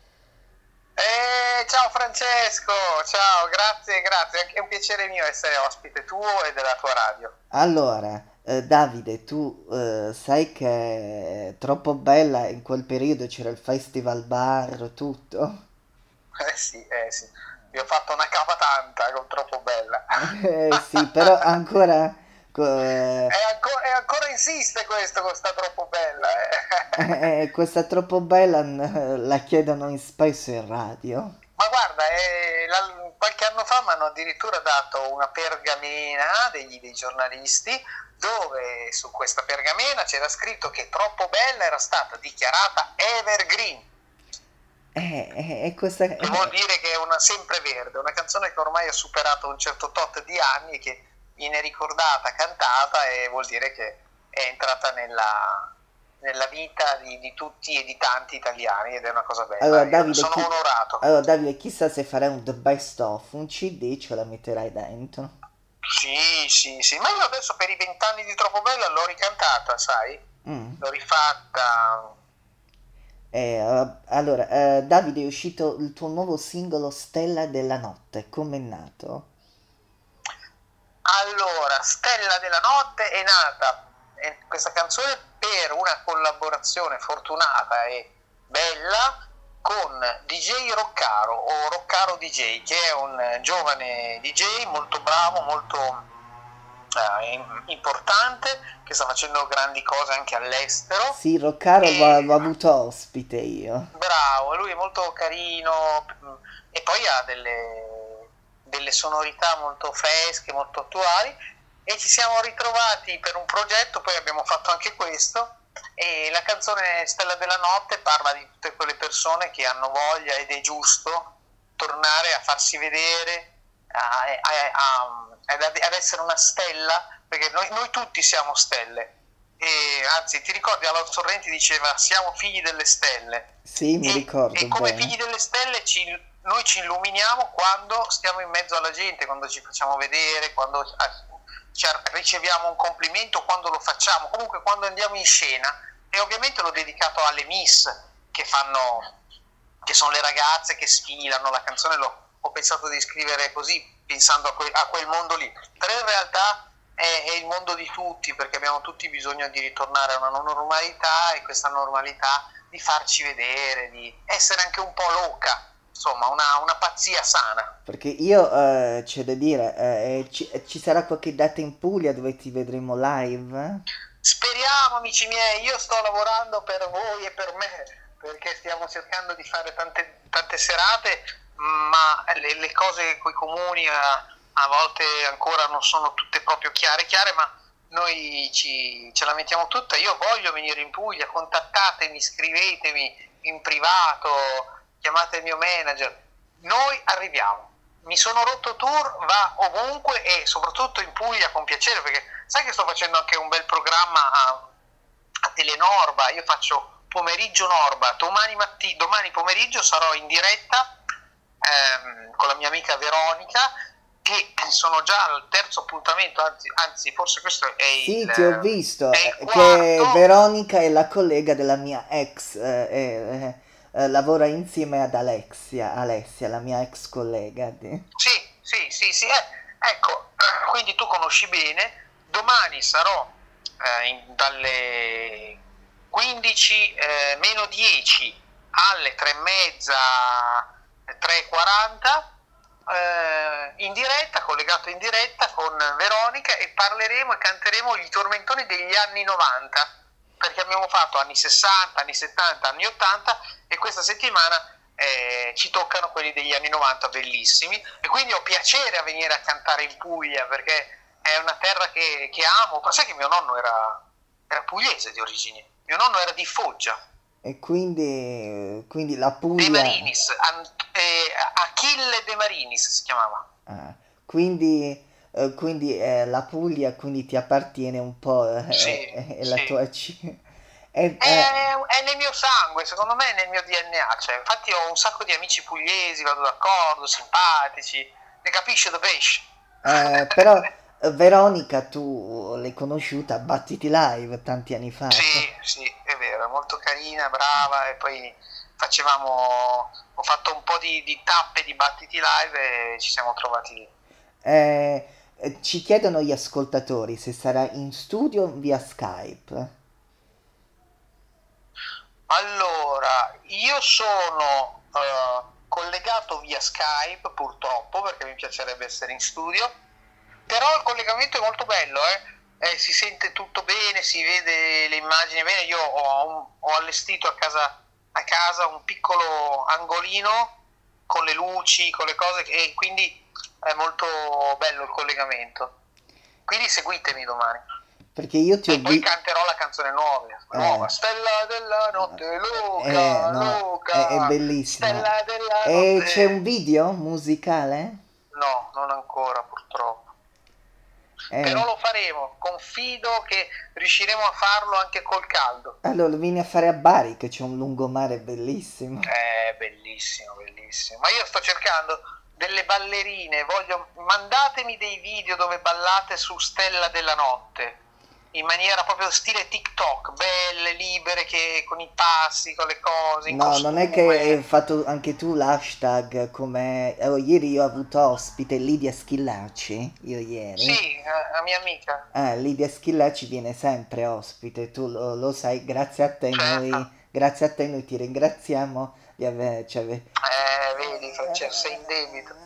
Ciao Francesco, ciao, grazie, è un piacere mio essere ospite tuo e della tua radio. Allora, Davide, tu sai che è troppo bella, in quel periodo c'era il Festival Bar, tutto. Sì, vi ho fatto una capa tanta con Troppo bella. Sì, però ancora... E ancora insiste questo con sta Troppo bella. questa troppo bella la chiedono spesso in radio. Ma guarda, qualche anno fa mi hanno addirittura dato una pergamena dei giornalisti dove su questa pergamena c'era scritto che Troppo bella era stata dichiarata evergreen. Questa... Che vuol dire che è una sempreverde, una canzone che ormai ha superato un certo tot di anni e che viene ricordata, cantata, e vuol dire che è entrata nella vita di tutti e di tanti italiani, ed è una cosa bella. Allora, Davide, sono onorato. Allora, Davide, chissà se farai un The Best Of, un CD ce la metterai dentro. Sì, ma io adesso per i 20 anni di Troppo bella l'ho ricantata, sai? L'ho rifatta. Allora, Davide, è uscito il tuo nuovo singolo Stella della Notte, com'è nato? Allora, Stella della Notte è nata questa canzone per una collaborazione fortunata e bella con DJ Roccaro, o Roccaro DJ, che è un giovane DJ molto bravo, molto importante, che sta facendo grandi cose anche all'estero. Sì, Roccaro l'ho avuto ospite io. Bravo, lui è molto carino e poi ha delle sonorità molto fresche, molto attuali, e ci siamo ritrovati per un progetto, poi abbiamo fatto anche questo, e la canzone Stella della Notte parla di tutte quelle persone che hanno voglia, ed è giusto tornare a farsi vedere, ad essere una stella, perché noi tutti siamo stelle, e anzi ti ricordi Alonso Sorrenti diceva siamo figli delle stelle. Sì, mi ricordo e come bene. figli delle stelle noi ci illuminiamo quando stiamo in mezzo alla gente, quando ci facciamo vedere, quando riceviamo un complimento, quando lo facciamo, comunque quando andiamo in scena. E ovviamente l'ho dedicato alle Miss che sono le ragazze che sfilano. La canzone ho pensato di scrivere così, pensando a quel mondo lì, però in realtà è il mondo di tutti, perché abbiamo tutti bisogno di ritornare a una normalità, e questa normalità di farci vedere, di essere anche un po' loca, insomma una pazzia sana. Perché io c'è da dire, ci sarà qualche data in Puglia dove ti vedremo live? Speriamo, amici miei, io sto lavorando per voi e per me, perché stiamo cercando di fare tante serate, ma le cose coi comuni a volte ancora non sono tutte proprio chiare, ma noi ce la mettiamo tutta. Io voglio venire in Puglia, contattatemi, scrivetemi in privato, chiamate il mio manager, noi arriviamo. Mi sono rotto tour, va ovunque, e soprattutto in Puglia con piacere, perché sai che sto facendo anche un bel programma a Telenorba. Io faccio pomeriggio Norba, domani pomeriggio sarò in diretta con la mia amica Veronica, che sono già al terzo appuntamento, anzi forse questo è Sì, ti ho visto, è il che quarto. Veronica è la collega della mia ex, lavora insieme ad Alessia, la mia ex collega. Sì, ecco, quindi tu conosci bene. Domani sarò dalle 15 meno 10 alle 3:30, 3:40 in diretta, collegato in diretta con Veronica, e parleremo e canteremo i tormentoni degli anni 90, perché abbiamo fatto anni 60, anni 70, anni 80, e questa settimana ci toccano quelli degli anni 90 bellissimi, e quindi ho piacere a venire a cantare in Puglia, perché è una terra che amo. Ma sai che mio nonno era pugliese di origine, mio nonno era di Foggia. E quindi la Puglia... De Marinis, Achille De Marinis si chiamava. Quindi quindi la Puglia quindi ti appartiene un po', Sì, è la sì. tua È nel mio sangue, secondo me è nel mio DNA, cioè, infatti ho un sacco di amici pugliesi, vado d'accordo, simpatici, ne capisce da pesce. però Veronica tu l'hai conosciuta a Battiti Live tanti anni fa. Sì, è vero, è molto carina, brava, e poi ho fatto un po' di tappe di battiti live e ci siamo trovati lì. Ci chiedono gli ascoltatori se sarà in studio via Skype. Allora, io sono collegato via Skype purtroppo perché mi piacerebbe essere in studio, però il collegamento è molto bello, si sente tutto bene, si vede le immagini bene. Io ho allestito a casa un piccolo angolino con le luci, con le cose, e quindi è molto bello il collegamento. Quindi seguitemi domani. Perché io ti ho E poi canterò la canzone nuova, Stella della notte, Luca, no, Luca, è bellissima. Stella della E notte. c'è un video musicale? No, non ancora purtroppo. Però lo faremo, confido che riusciremo a farlo anche col caldo. Allora vieni a fare a Bari che c'è un lungomare bellissimo. Bellissimo, bellissimo. Ma io sto cercando delle ballerine, mandatemi dei video dove ballate su Stella della notte, in maniera proprio stile TikTok, belle, libere, che con i passi, con le cose, in No, non è che costume. hai fatto anche tu l'hashtag come... ieri io ho avuto ospite Lidia Schillaci, io ieri. Sì, la mia amica. Lidia Schillaci viene sempre ospite, tu lo sai, grazie a te noi ti ringraziamo di aver... Vedi, Francesco, sei in debito.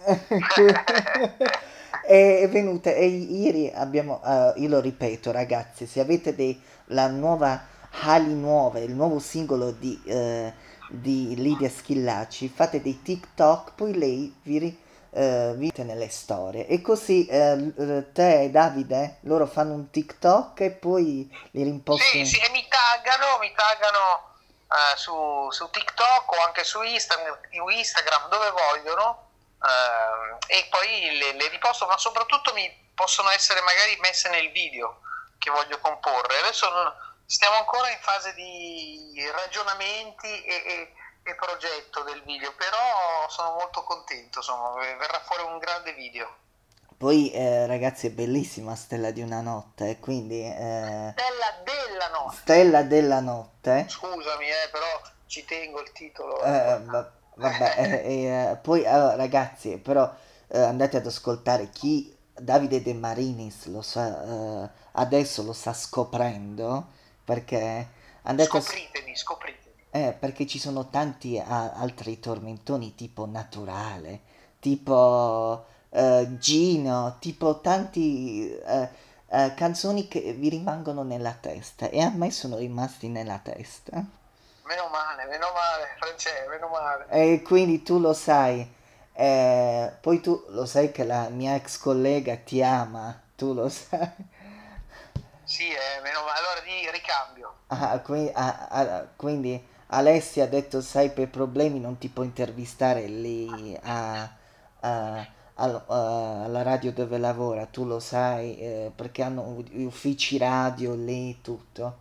È venuta e ieri abbiamo, io lo ripeto ragazzi, se avete la nuova Ali Nuove, il nuovo singolo di Lidia Schillaci, fate dei TikTok, poi lei vi mette nelle storie e così te e Davide loro fanno un TikTok e poi li rimpostano. Sì, e mi taggano su TikTok o anche su Instagram dove vogliono. E poi le riposto, ma soprattutto possono essere magari messe nel video che voglio comporre. Adesso stiamo ancora in fase di ragionamenti e progetto del video, però sono molto contento, insomma, verrà fuori un grande video. Poi ragazzi è bellissima Stella di una notte, quindi Stella della notte. Stella della notte. Scusami, però ci tengo il titolo. Vabbè, poi ragazzi, però andate ad ascoltare chi Davide De Marinis lo sa, adesso lo sta scoprendo, perché andate scopritemi. perché ci sono tanti altri tormentoni tipo Naturale, tipo Gino, tipo tanti canzoni che vi rimangono nella testa e a me sono rimasti nella testa. Meno male, Francesco, meno male. E quindi tu lo sai, poi tu lo sai che la mia ex collega ti ama, tu lo sai. Sì, meno male, allora di ricambio. Quindi Alessia ha detto, sai, per problemi non ti può intervistare lì alla radio dove lavora, tu lo sai, perché hanno gli uffici radio lì, tutto.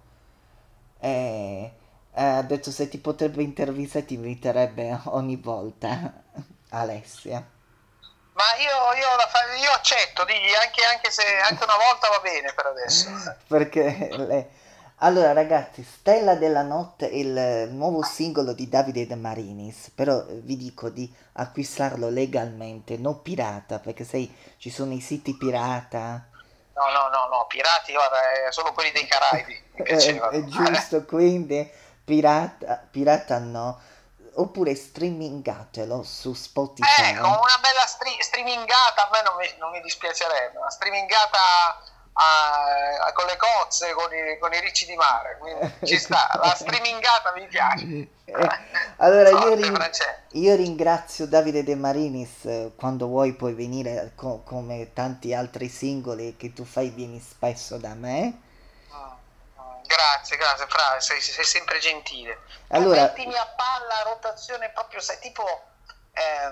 Ha detto se ti potrebbe interessare ti inviterebbe ogni volta Alessia. Ma io accetto, digli anche se anche una volta va bene per adesso. Perché allora ragazzi, Stella della notte è il nuovo singolo di Davide De Marinis, però vi dico di acquistarlo legalmente, non pirata, perché sai ci sono i siti pirata. No, pirati, guarda, sono quelli dei Caraibi, mi piacevano. È giusto, quindi pirata no, oppure streamingatelo su Spotify. Con una bella streamingata, a me non mi dispiacerebbe, una streamingata con le cozze, con i ricci di mare, quindi ci sta, la streamingata mi piace. Allora io ringrazio Davide De Marinis, quando vuoi puoi venire come tanti altri singoli che tu fai, vieni spesso da me. Grazie Fra, sei sempre gentile. Allora, mettimi a palla a rotazione proprio, sai, tipo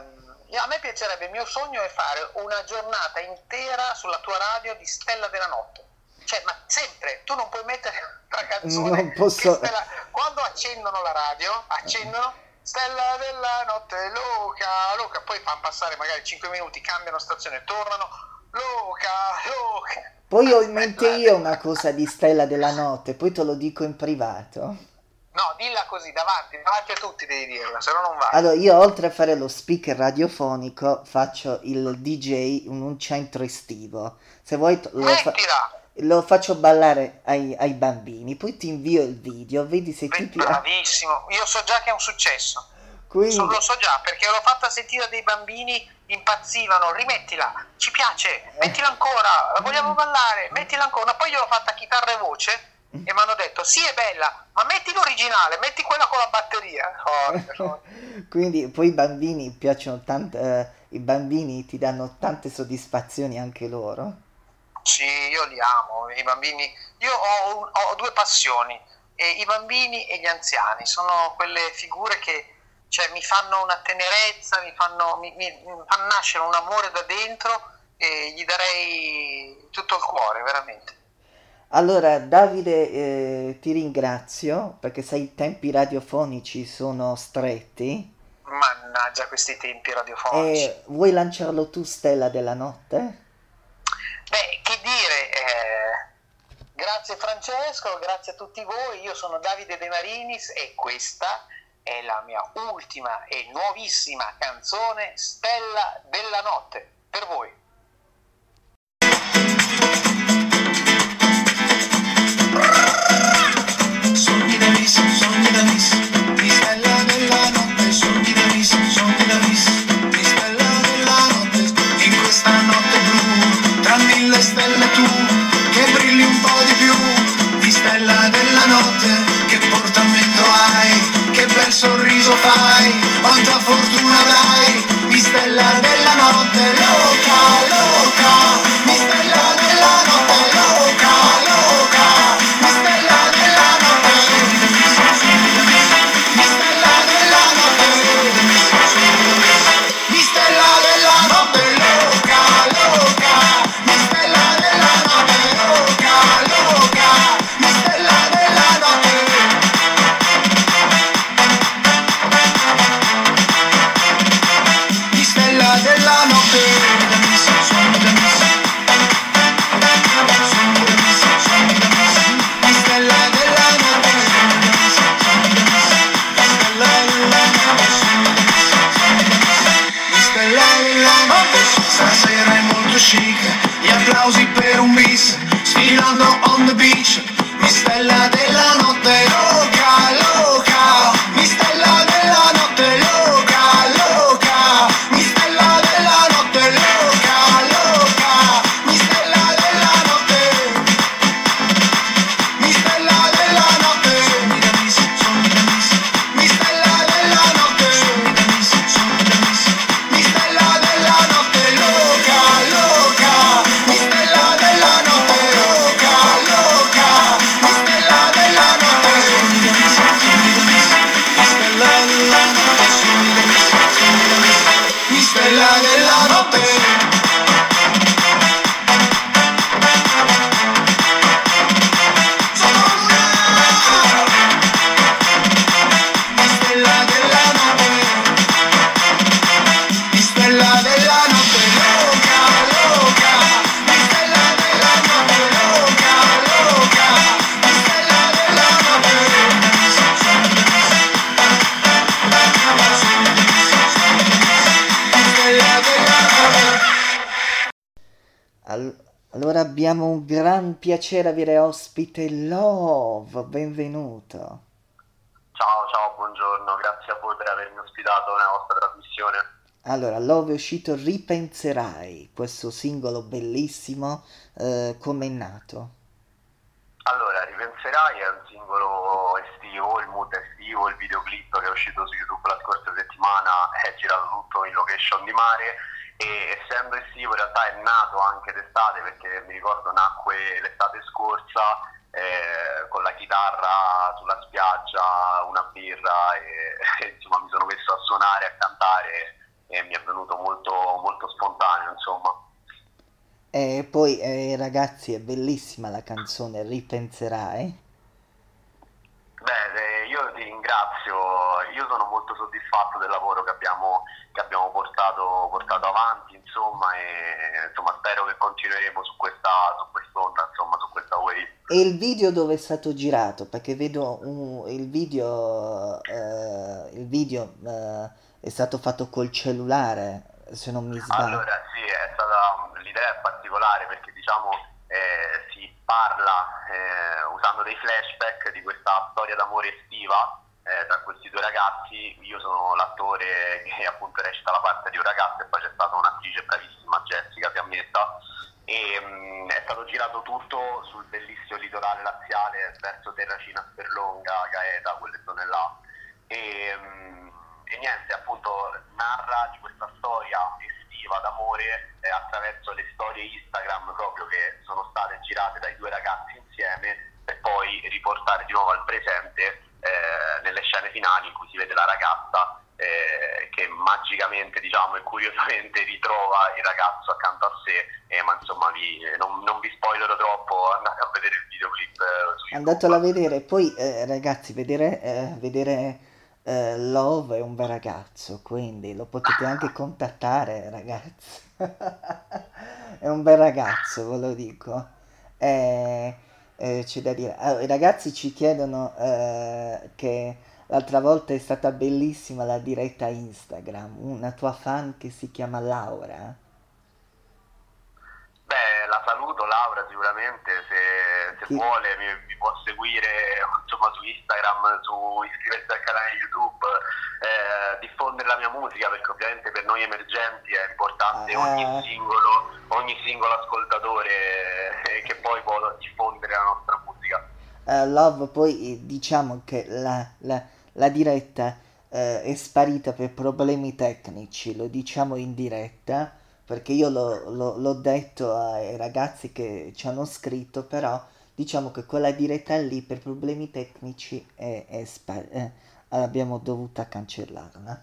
A me piacerebbe, il mio sogno è fare una giornata intera sulla tua radio di Stella della Notte. Cioè, ma sempre, tu non puoi mettere tra canzoni Non posso... quando accendono la radio, accendono Stella della Notte, Luca, Luca, poi fanno passare magari 5 minuti, cambiano stazione, tornano, Luca, Luca. Poi ho in mente io una cosa di Stella della Notte, poi te lo dico in privato. No, dilla così, davanti a tutti devi dirla, se no non va. Allora, io oltre a fare lo speaker radiofonico, faccio il DJ in un centro estivo. Se vuoi lo faccio ballare ai bambini, poi ti invio il video, vedi se ti piace. Bravissimo, io so già che è un successo. Quindi... Lo so già, perché l'ho fatta sentire a dei bambini, impazzivano, rimettila, ci piace, mettila ancora, la vogliamo ballare, mettila ancora. Poi io l'ho fatta chitarra e voce e mi hanno detto sì, è bella, ma metti l'originale, metti quella con la batteria. Quindi poi i bambini piacciono tanto, i bambini ti danno tante soddisfazioni anche loro. Sì, io li amo, i bambini. Io ho due passioni, i bambini e gli anziani. Sono quelle figure che mi fanno una tenerezza, mi fanno nascere un amore da dentro e gli darei tutto il cuore, veramente. Allora, Davide, ti ringrazio perché sai i tempi radiofonici sono stretti. Mannaggia questi tempi radiofonici. Vuoi lanciarlo tu, Stella della Notte? Beh, che dire, grazie Francesco, grazie a tutti voi, io sono Davide De Marinis e questa è la mia ultima e nuovissima canzone, Stella della Notte, per voi. Sogni da miss, di stella della notte, sogni da miss, di stella della notte, in questa notte blu, tra mille stelle tu, che brilli un po' di più, di stella della notte, che portamento hai, che bel sorriso fai, quanta fortuna dai, di stella della notte, loca, loca, di stella della notte, loca, loca, di stella della notte, di stella della notte, di stella della notte, loca, loca, di stella della notte, loca, loca, di stella della notte. Di stella della notte, suono da miss, di stella della notte, di stella della notte, stasera è molto chic, gli applausi per un bis, sfilando on the beach, mi stella della notte, loca, loca, mi stella della notte, loca, loca, mi stella della notte, loca, loca, mi stella della notte, mi stella della notte, mi stella della notte, mi stella della notte, loca, loca, mi stella della notte, loca, loca, mi stella della notte, mi stella della notte. Mi stella della notte, mi stella della notte, loca, loca, mi stella della notte, loca, loca, mi stella della notte, mi stella della notte. Allora abbiamo un gran piacere avere ospite Love, benvenuto. Ciao, buongiorno, grazie a voi per avermi ospitato nella vostra trasmissione. Allora, Love è uscito Ripenserai, questo singolo bellissimo, come è nato? Allora, Ripenserai è un singolo estivo, il mood estivo, il videoclip che è uscito su YouTube la scorsa settimana è girato tutto in location di mare e essendo estivo in realtà è nato anche d'estate perché mi ricordo nacque l'estate scorsa con la chitarra sulla spiaggia, una birra e insomma mi sono messo a suonare, a cantare e mi è venuto molto, molto spontaneo, insomma. E poi, ragazzi, è bellissima la canzone Ripenserai. Beh, io ti ringrazio, io sono molto soddisfatto del lavoro che abbiamo portato avanti, insomma, e insomma, spero che continueremo su quest'onda, insomma, su questa wave. E il video dove è stato girato? Perché vedo il video è stato fatto col cellulare, se non mi sbaglio. Allora, sì, l'idea è particolare perché diciamo si parla usando dei flashback di questa storia d'amore estiva tra questi due ragazzi. Io sono l'attore che appunto recita la parte di un ragazzo e poi c'è stata un'attrice bravissima, Jessica Fiammetta, e è stato girato tutto sul bellissimo litorale laziale verso Terracina, Sperlonga, Gaeta, quelle zone là. E niente, appunto narra di questa storia estiva d'amore attraverso le storie Instagram proprio che sono state girate dai due ragazzi insieme, per poi riportare di nuovo al presente nelle scene finali in cui si vede la ragazza che magicamente, diciamo, e curiosamente ritrova il ragazzo accanto a sé, ma insomma non vi spoilerò troppo, andate a vedere il videoclip su YouTube. Andatelo a vedere, poi ragazzi, vedere Love è un bel ragazzo, quindi lo potete anche contattare, ragazzi. È un bel ragazzo, ve lo dico. C'è da dire. Allora, i ragazzi ci chiedono che l'altra volta è stata bellissima la diretta Instagram, una tua fan che si chiama Laura. Beh, la saluto Laura, sicuramente, se vuole mi può seguire, insomma, su Instagram, iscriversi al canale YouTube, diffondere la mia musica, perché ovviamente per noi emergenti è importante ogni singolo ascoltatore che poi può diffondere la nostra musica. Love, poi diciamo che la diretta è sparita per problemi tecnici, lo diciamo in diretta, perché io l'ho detto ai ragazzi che ci hanno scritto, però diciamo che quella diretta lì per problemi tecnici abbiamo dovuta cancellarla.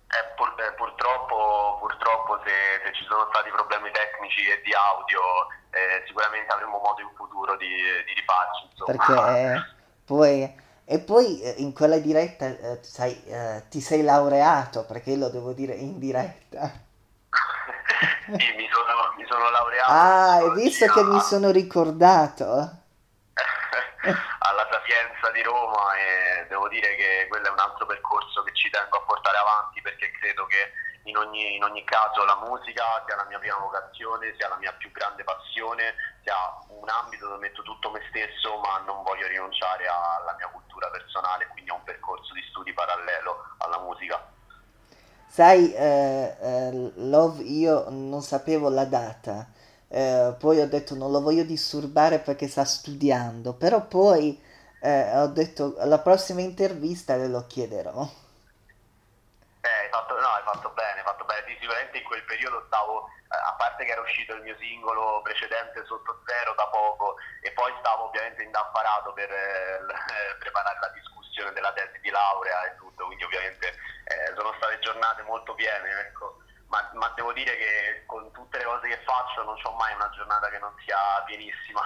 Purtroppo se ci sono stati problemi tecnici e di audio, sicuramente avremo modo in futuro di rifarci, insomma. Perché poi in quella diretta ti sei laureato, perché io lo devo dire in diretta. Sì, mi sono laureato. Ah, hai visto che mi sono ricordato? Alla Sapienza di Roma, e devo dire che quello è un altro percorso che ci tengo a portare avanti, perché credo che in ogni caso la musica sia la mia prima vocazione, sia la mia più grande passione, sia un ambito dove metto tutto me stesso, ma non voglio rinunciare alla mia cultura personale, quindi a un percorso di studi parallelo alla musica. Sai, Love, io non sapevo la data, poi ho detto non lo voglio disturbare perché sta studiando, però poi ho detto alla prossima intervista glielo chiederò. Hai fatto bene. Sì, sicuramente in quel periodo stavo, a parte che era uscito il mio singolo precedente Sotto Zero da poco, e poi stavo ovviamente indaffarato per preparare la discussione della tesi di laurea e tutto, quindi ovviamente sono state giornate molto piene, ecco. Ma devo dire che con tutte le cose che faccio non c'ho mai una giornata che non sia pienissima.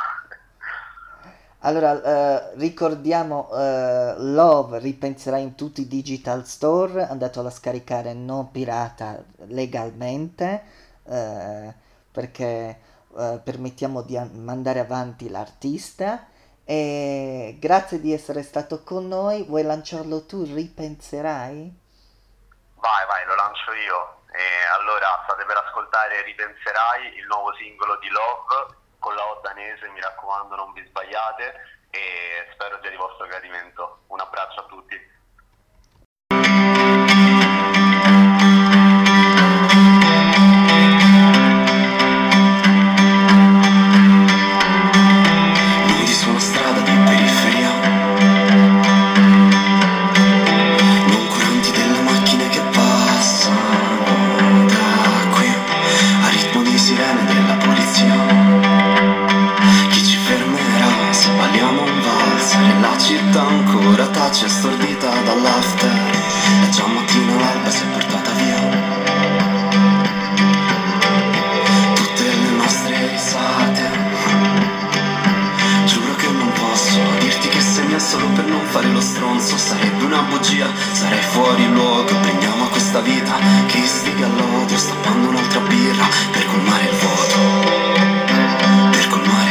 Allora, ricordiamo Love Ripenserà in tutti i digital store, andatelo a scaricare non pirata, legalmente, perché permettiamo di mandare avanti l'artista. E grazie di essere stato con noi. Vuoi lanciarlo tu, Ripenserai? Vai, lo lancio io. Allora, state per ascoltare Ripenserai, il nuovo singolo di Love, con la O danese, mi raccomando non vi sbagliate, e spero sia di vostro gradimento. Un abbraccio a tutti. Nudi su una strada di periferia, noncuranti delle macchine che passano da qui, a ritmo di sirene della polizia. Se balliamo un valzer e la città ancora tace stordita dall'after, è già mattina, l'alba si è portata via. solo per non fare lo stronzo. Sarebbe una bugia, sarei fuori luogo. Prendiamo questa vita che istiga all'odio, stappando un'altra birra per colmare il vuoto. Per colmare.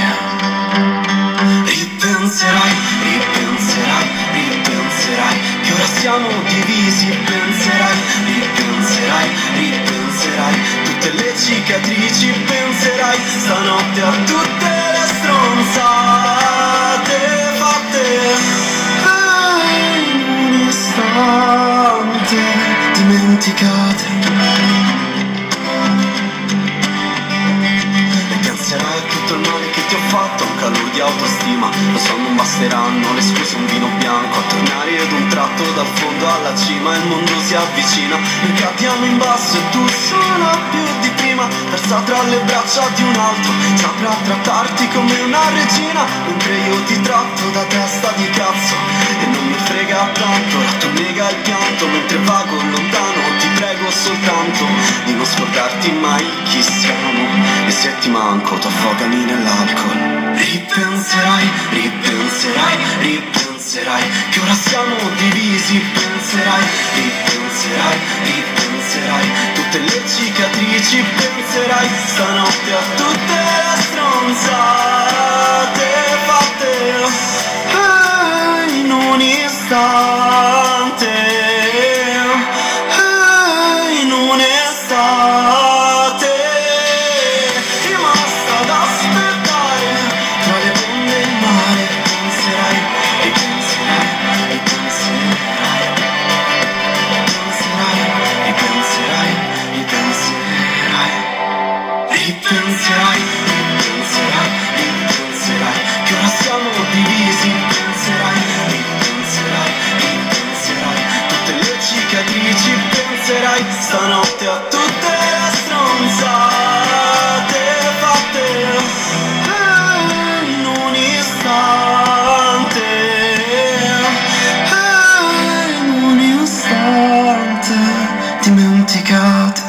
Ripenserai, ripenserai, ripenserai che ora siamo divisi. Penserai, ripenserai, ripenserai tutte le cicatrici. Penserai stanotte a tutte le stronzate fatte in un istante dimenticate. E penserai a tutto il male che ti ho fatto, un calore di autostima. Lo so, non basteranno le scuse, un vino bianco a tornare ad un tratto dal fondo alla cima. Il mondo si avvicina, noi cadiamo in basso e tu suona più di prima. Persa tra le braccia di un altro, saprà trattarti come una regina, mentre io ti tratto da testa di cazzo. E non mi frega tanto, ora tu nega il pianto, mentre vago lontano ti prego soltanto di non scordarti mai chi siamo. E se ti manco t'affogami nell'alcol. Ripenserai, ripenserai, ripenserai che ora siamo divisi. Penserai, ripenserai, ripenserai tutte le cicatrici. Penserai stanotte a tutte le stronzate fatte in un istante, in un'estate rimasta ad aspettare tra le onde e il mare. Penserai, ripenserai, ripenserai, ripenserai, ripenserai, ripenserai, ripenserai, ripenserai, ripenserai che ora siamo divisi. Penserai, ripenserai, ripenserai tutte le cicatrici. Penserai stanotte a tutte le stronzate fatte in un istante, in un istante dimenticate.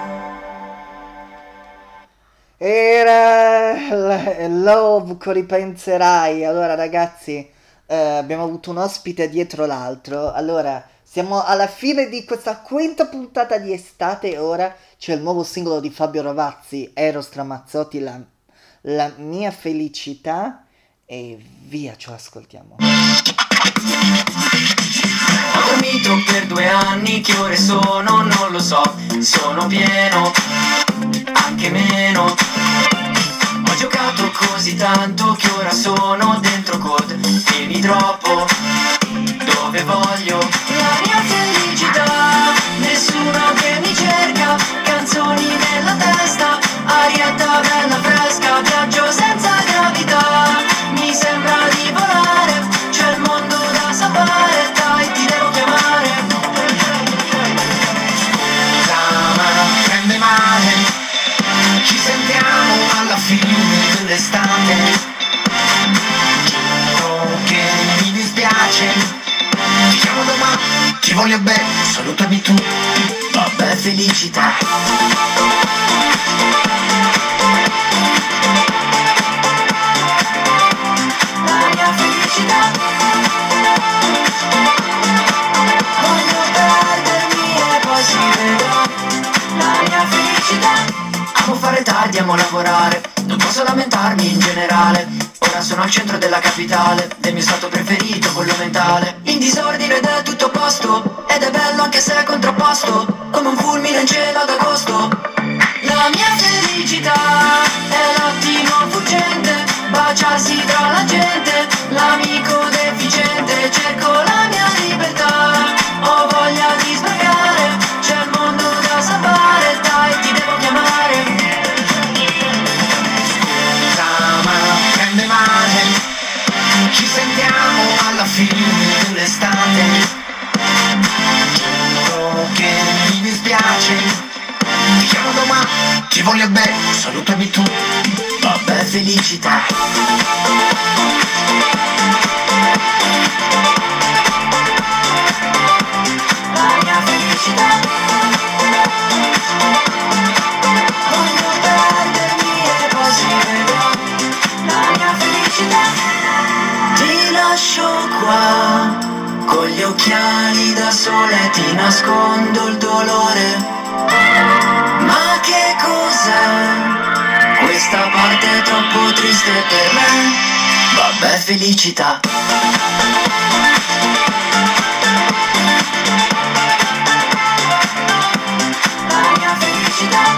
Era Love con Ripenserai. Allora ragazzi, abbiamo avuto un ospite dietro l'altro. Allora, siamo alla fine di questa quinta puntata di estate e ora c'è il nuovo singolo di Fabio Rovazzi, Eros Ramazzotti, la mia felicità, e via, ce l'ascoltiamo. Ho dormito per 2 anni, che ore sono non lo so, sono pieno, anche meno. Ho giocato così tanto che ora sono dentro code e mi droppo dove voglio. La mia felicità, nessuno che mi cerca, canzoni nella testa, arietta bella fresca, viaggio senza gravità, mi sembra di volare, c'è il mondo da sapere, dai ti devo chiamare. Ma non prende male, ci sentiamo alla fine dell'estate. Giuro che mi dispiace, ti chiamo domani, ti voglio bene, salutami tu, vabbè felicità. La mia felicità, voglio perdermi e poi si vedrà. La mia felicità, amo fare tardi, amo lavorare, non posso lamentarmi in generale. Ora sono al centro della capitale, del mio stato preferito, quello mentale. In disordine ed è tutto a posto, ed è bello anche se è contrapposto, come un fulmine in cielo ad agosto. La mia felicità è l'attimo fuggente, baciarsi tra la gente, l'amico deficiente. Cerco la mia libertà, ho voglia di sbrigare, c'è il mondo da salvare, dai ti devo chiamare. Ma non prende male, ci sentiamo alla fine dell'estate. Giuro che mi dispiace, ti chiamo domani, ti voglio bene, salutami tu, vabbè felicità. La mia felicità, voglio perdermi e poi si vedrà. La mia felicità, Ti lascio qua, con gli occhiali da sole ti nascondo il dolore. Ma che cos'è? Questa parte è troppo triste per me. Vabbè, felicità. La mia felicità.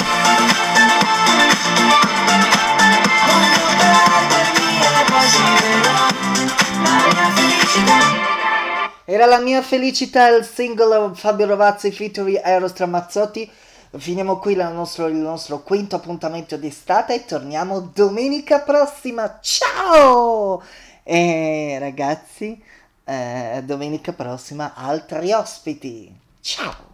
Voglio perdermi e poi si vedrà. La mia felicità. Era La mia felicità, il singolo Fabio Rovazzi featuring Eros Ramazzotti. Finiamo qui il nostro quinto appuntamento di estate e torniamo domenica prossima. Ciao! E ragazzi, domenica prossima altri ospiti. Ciao!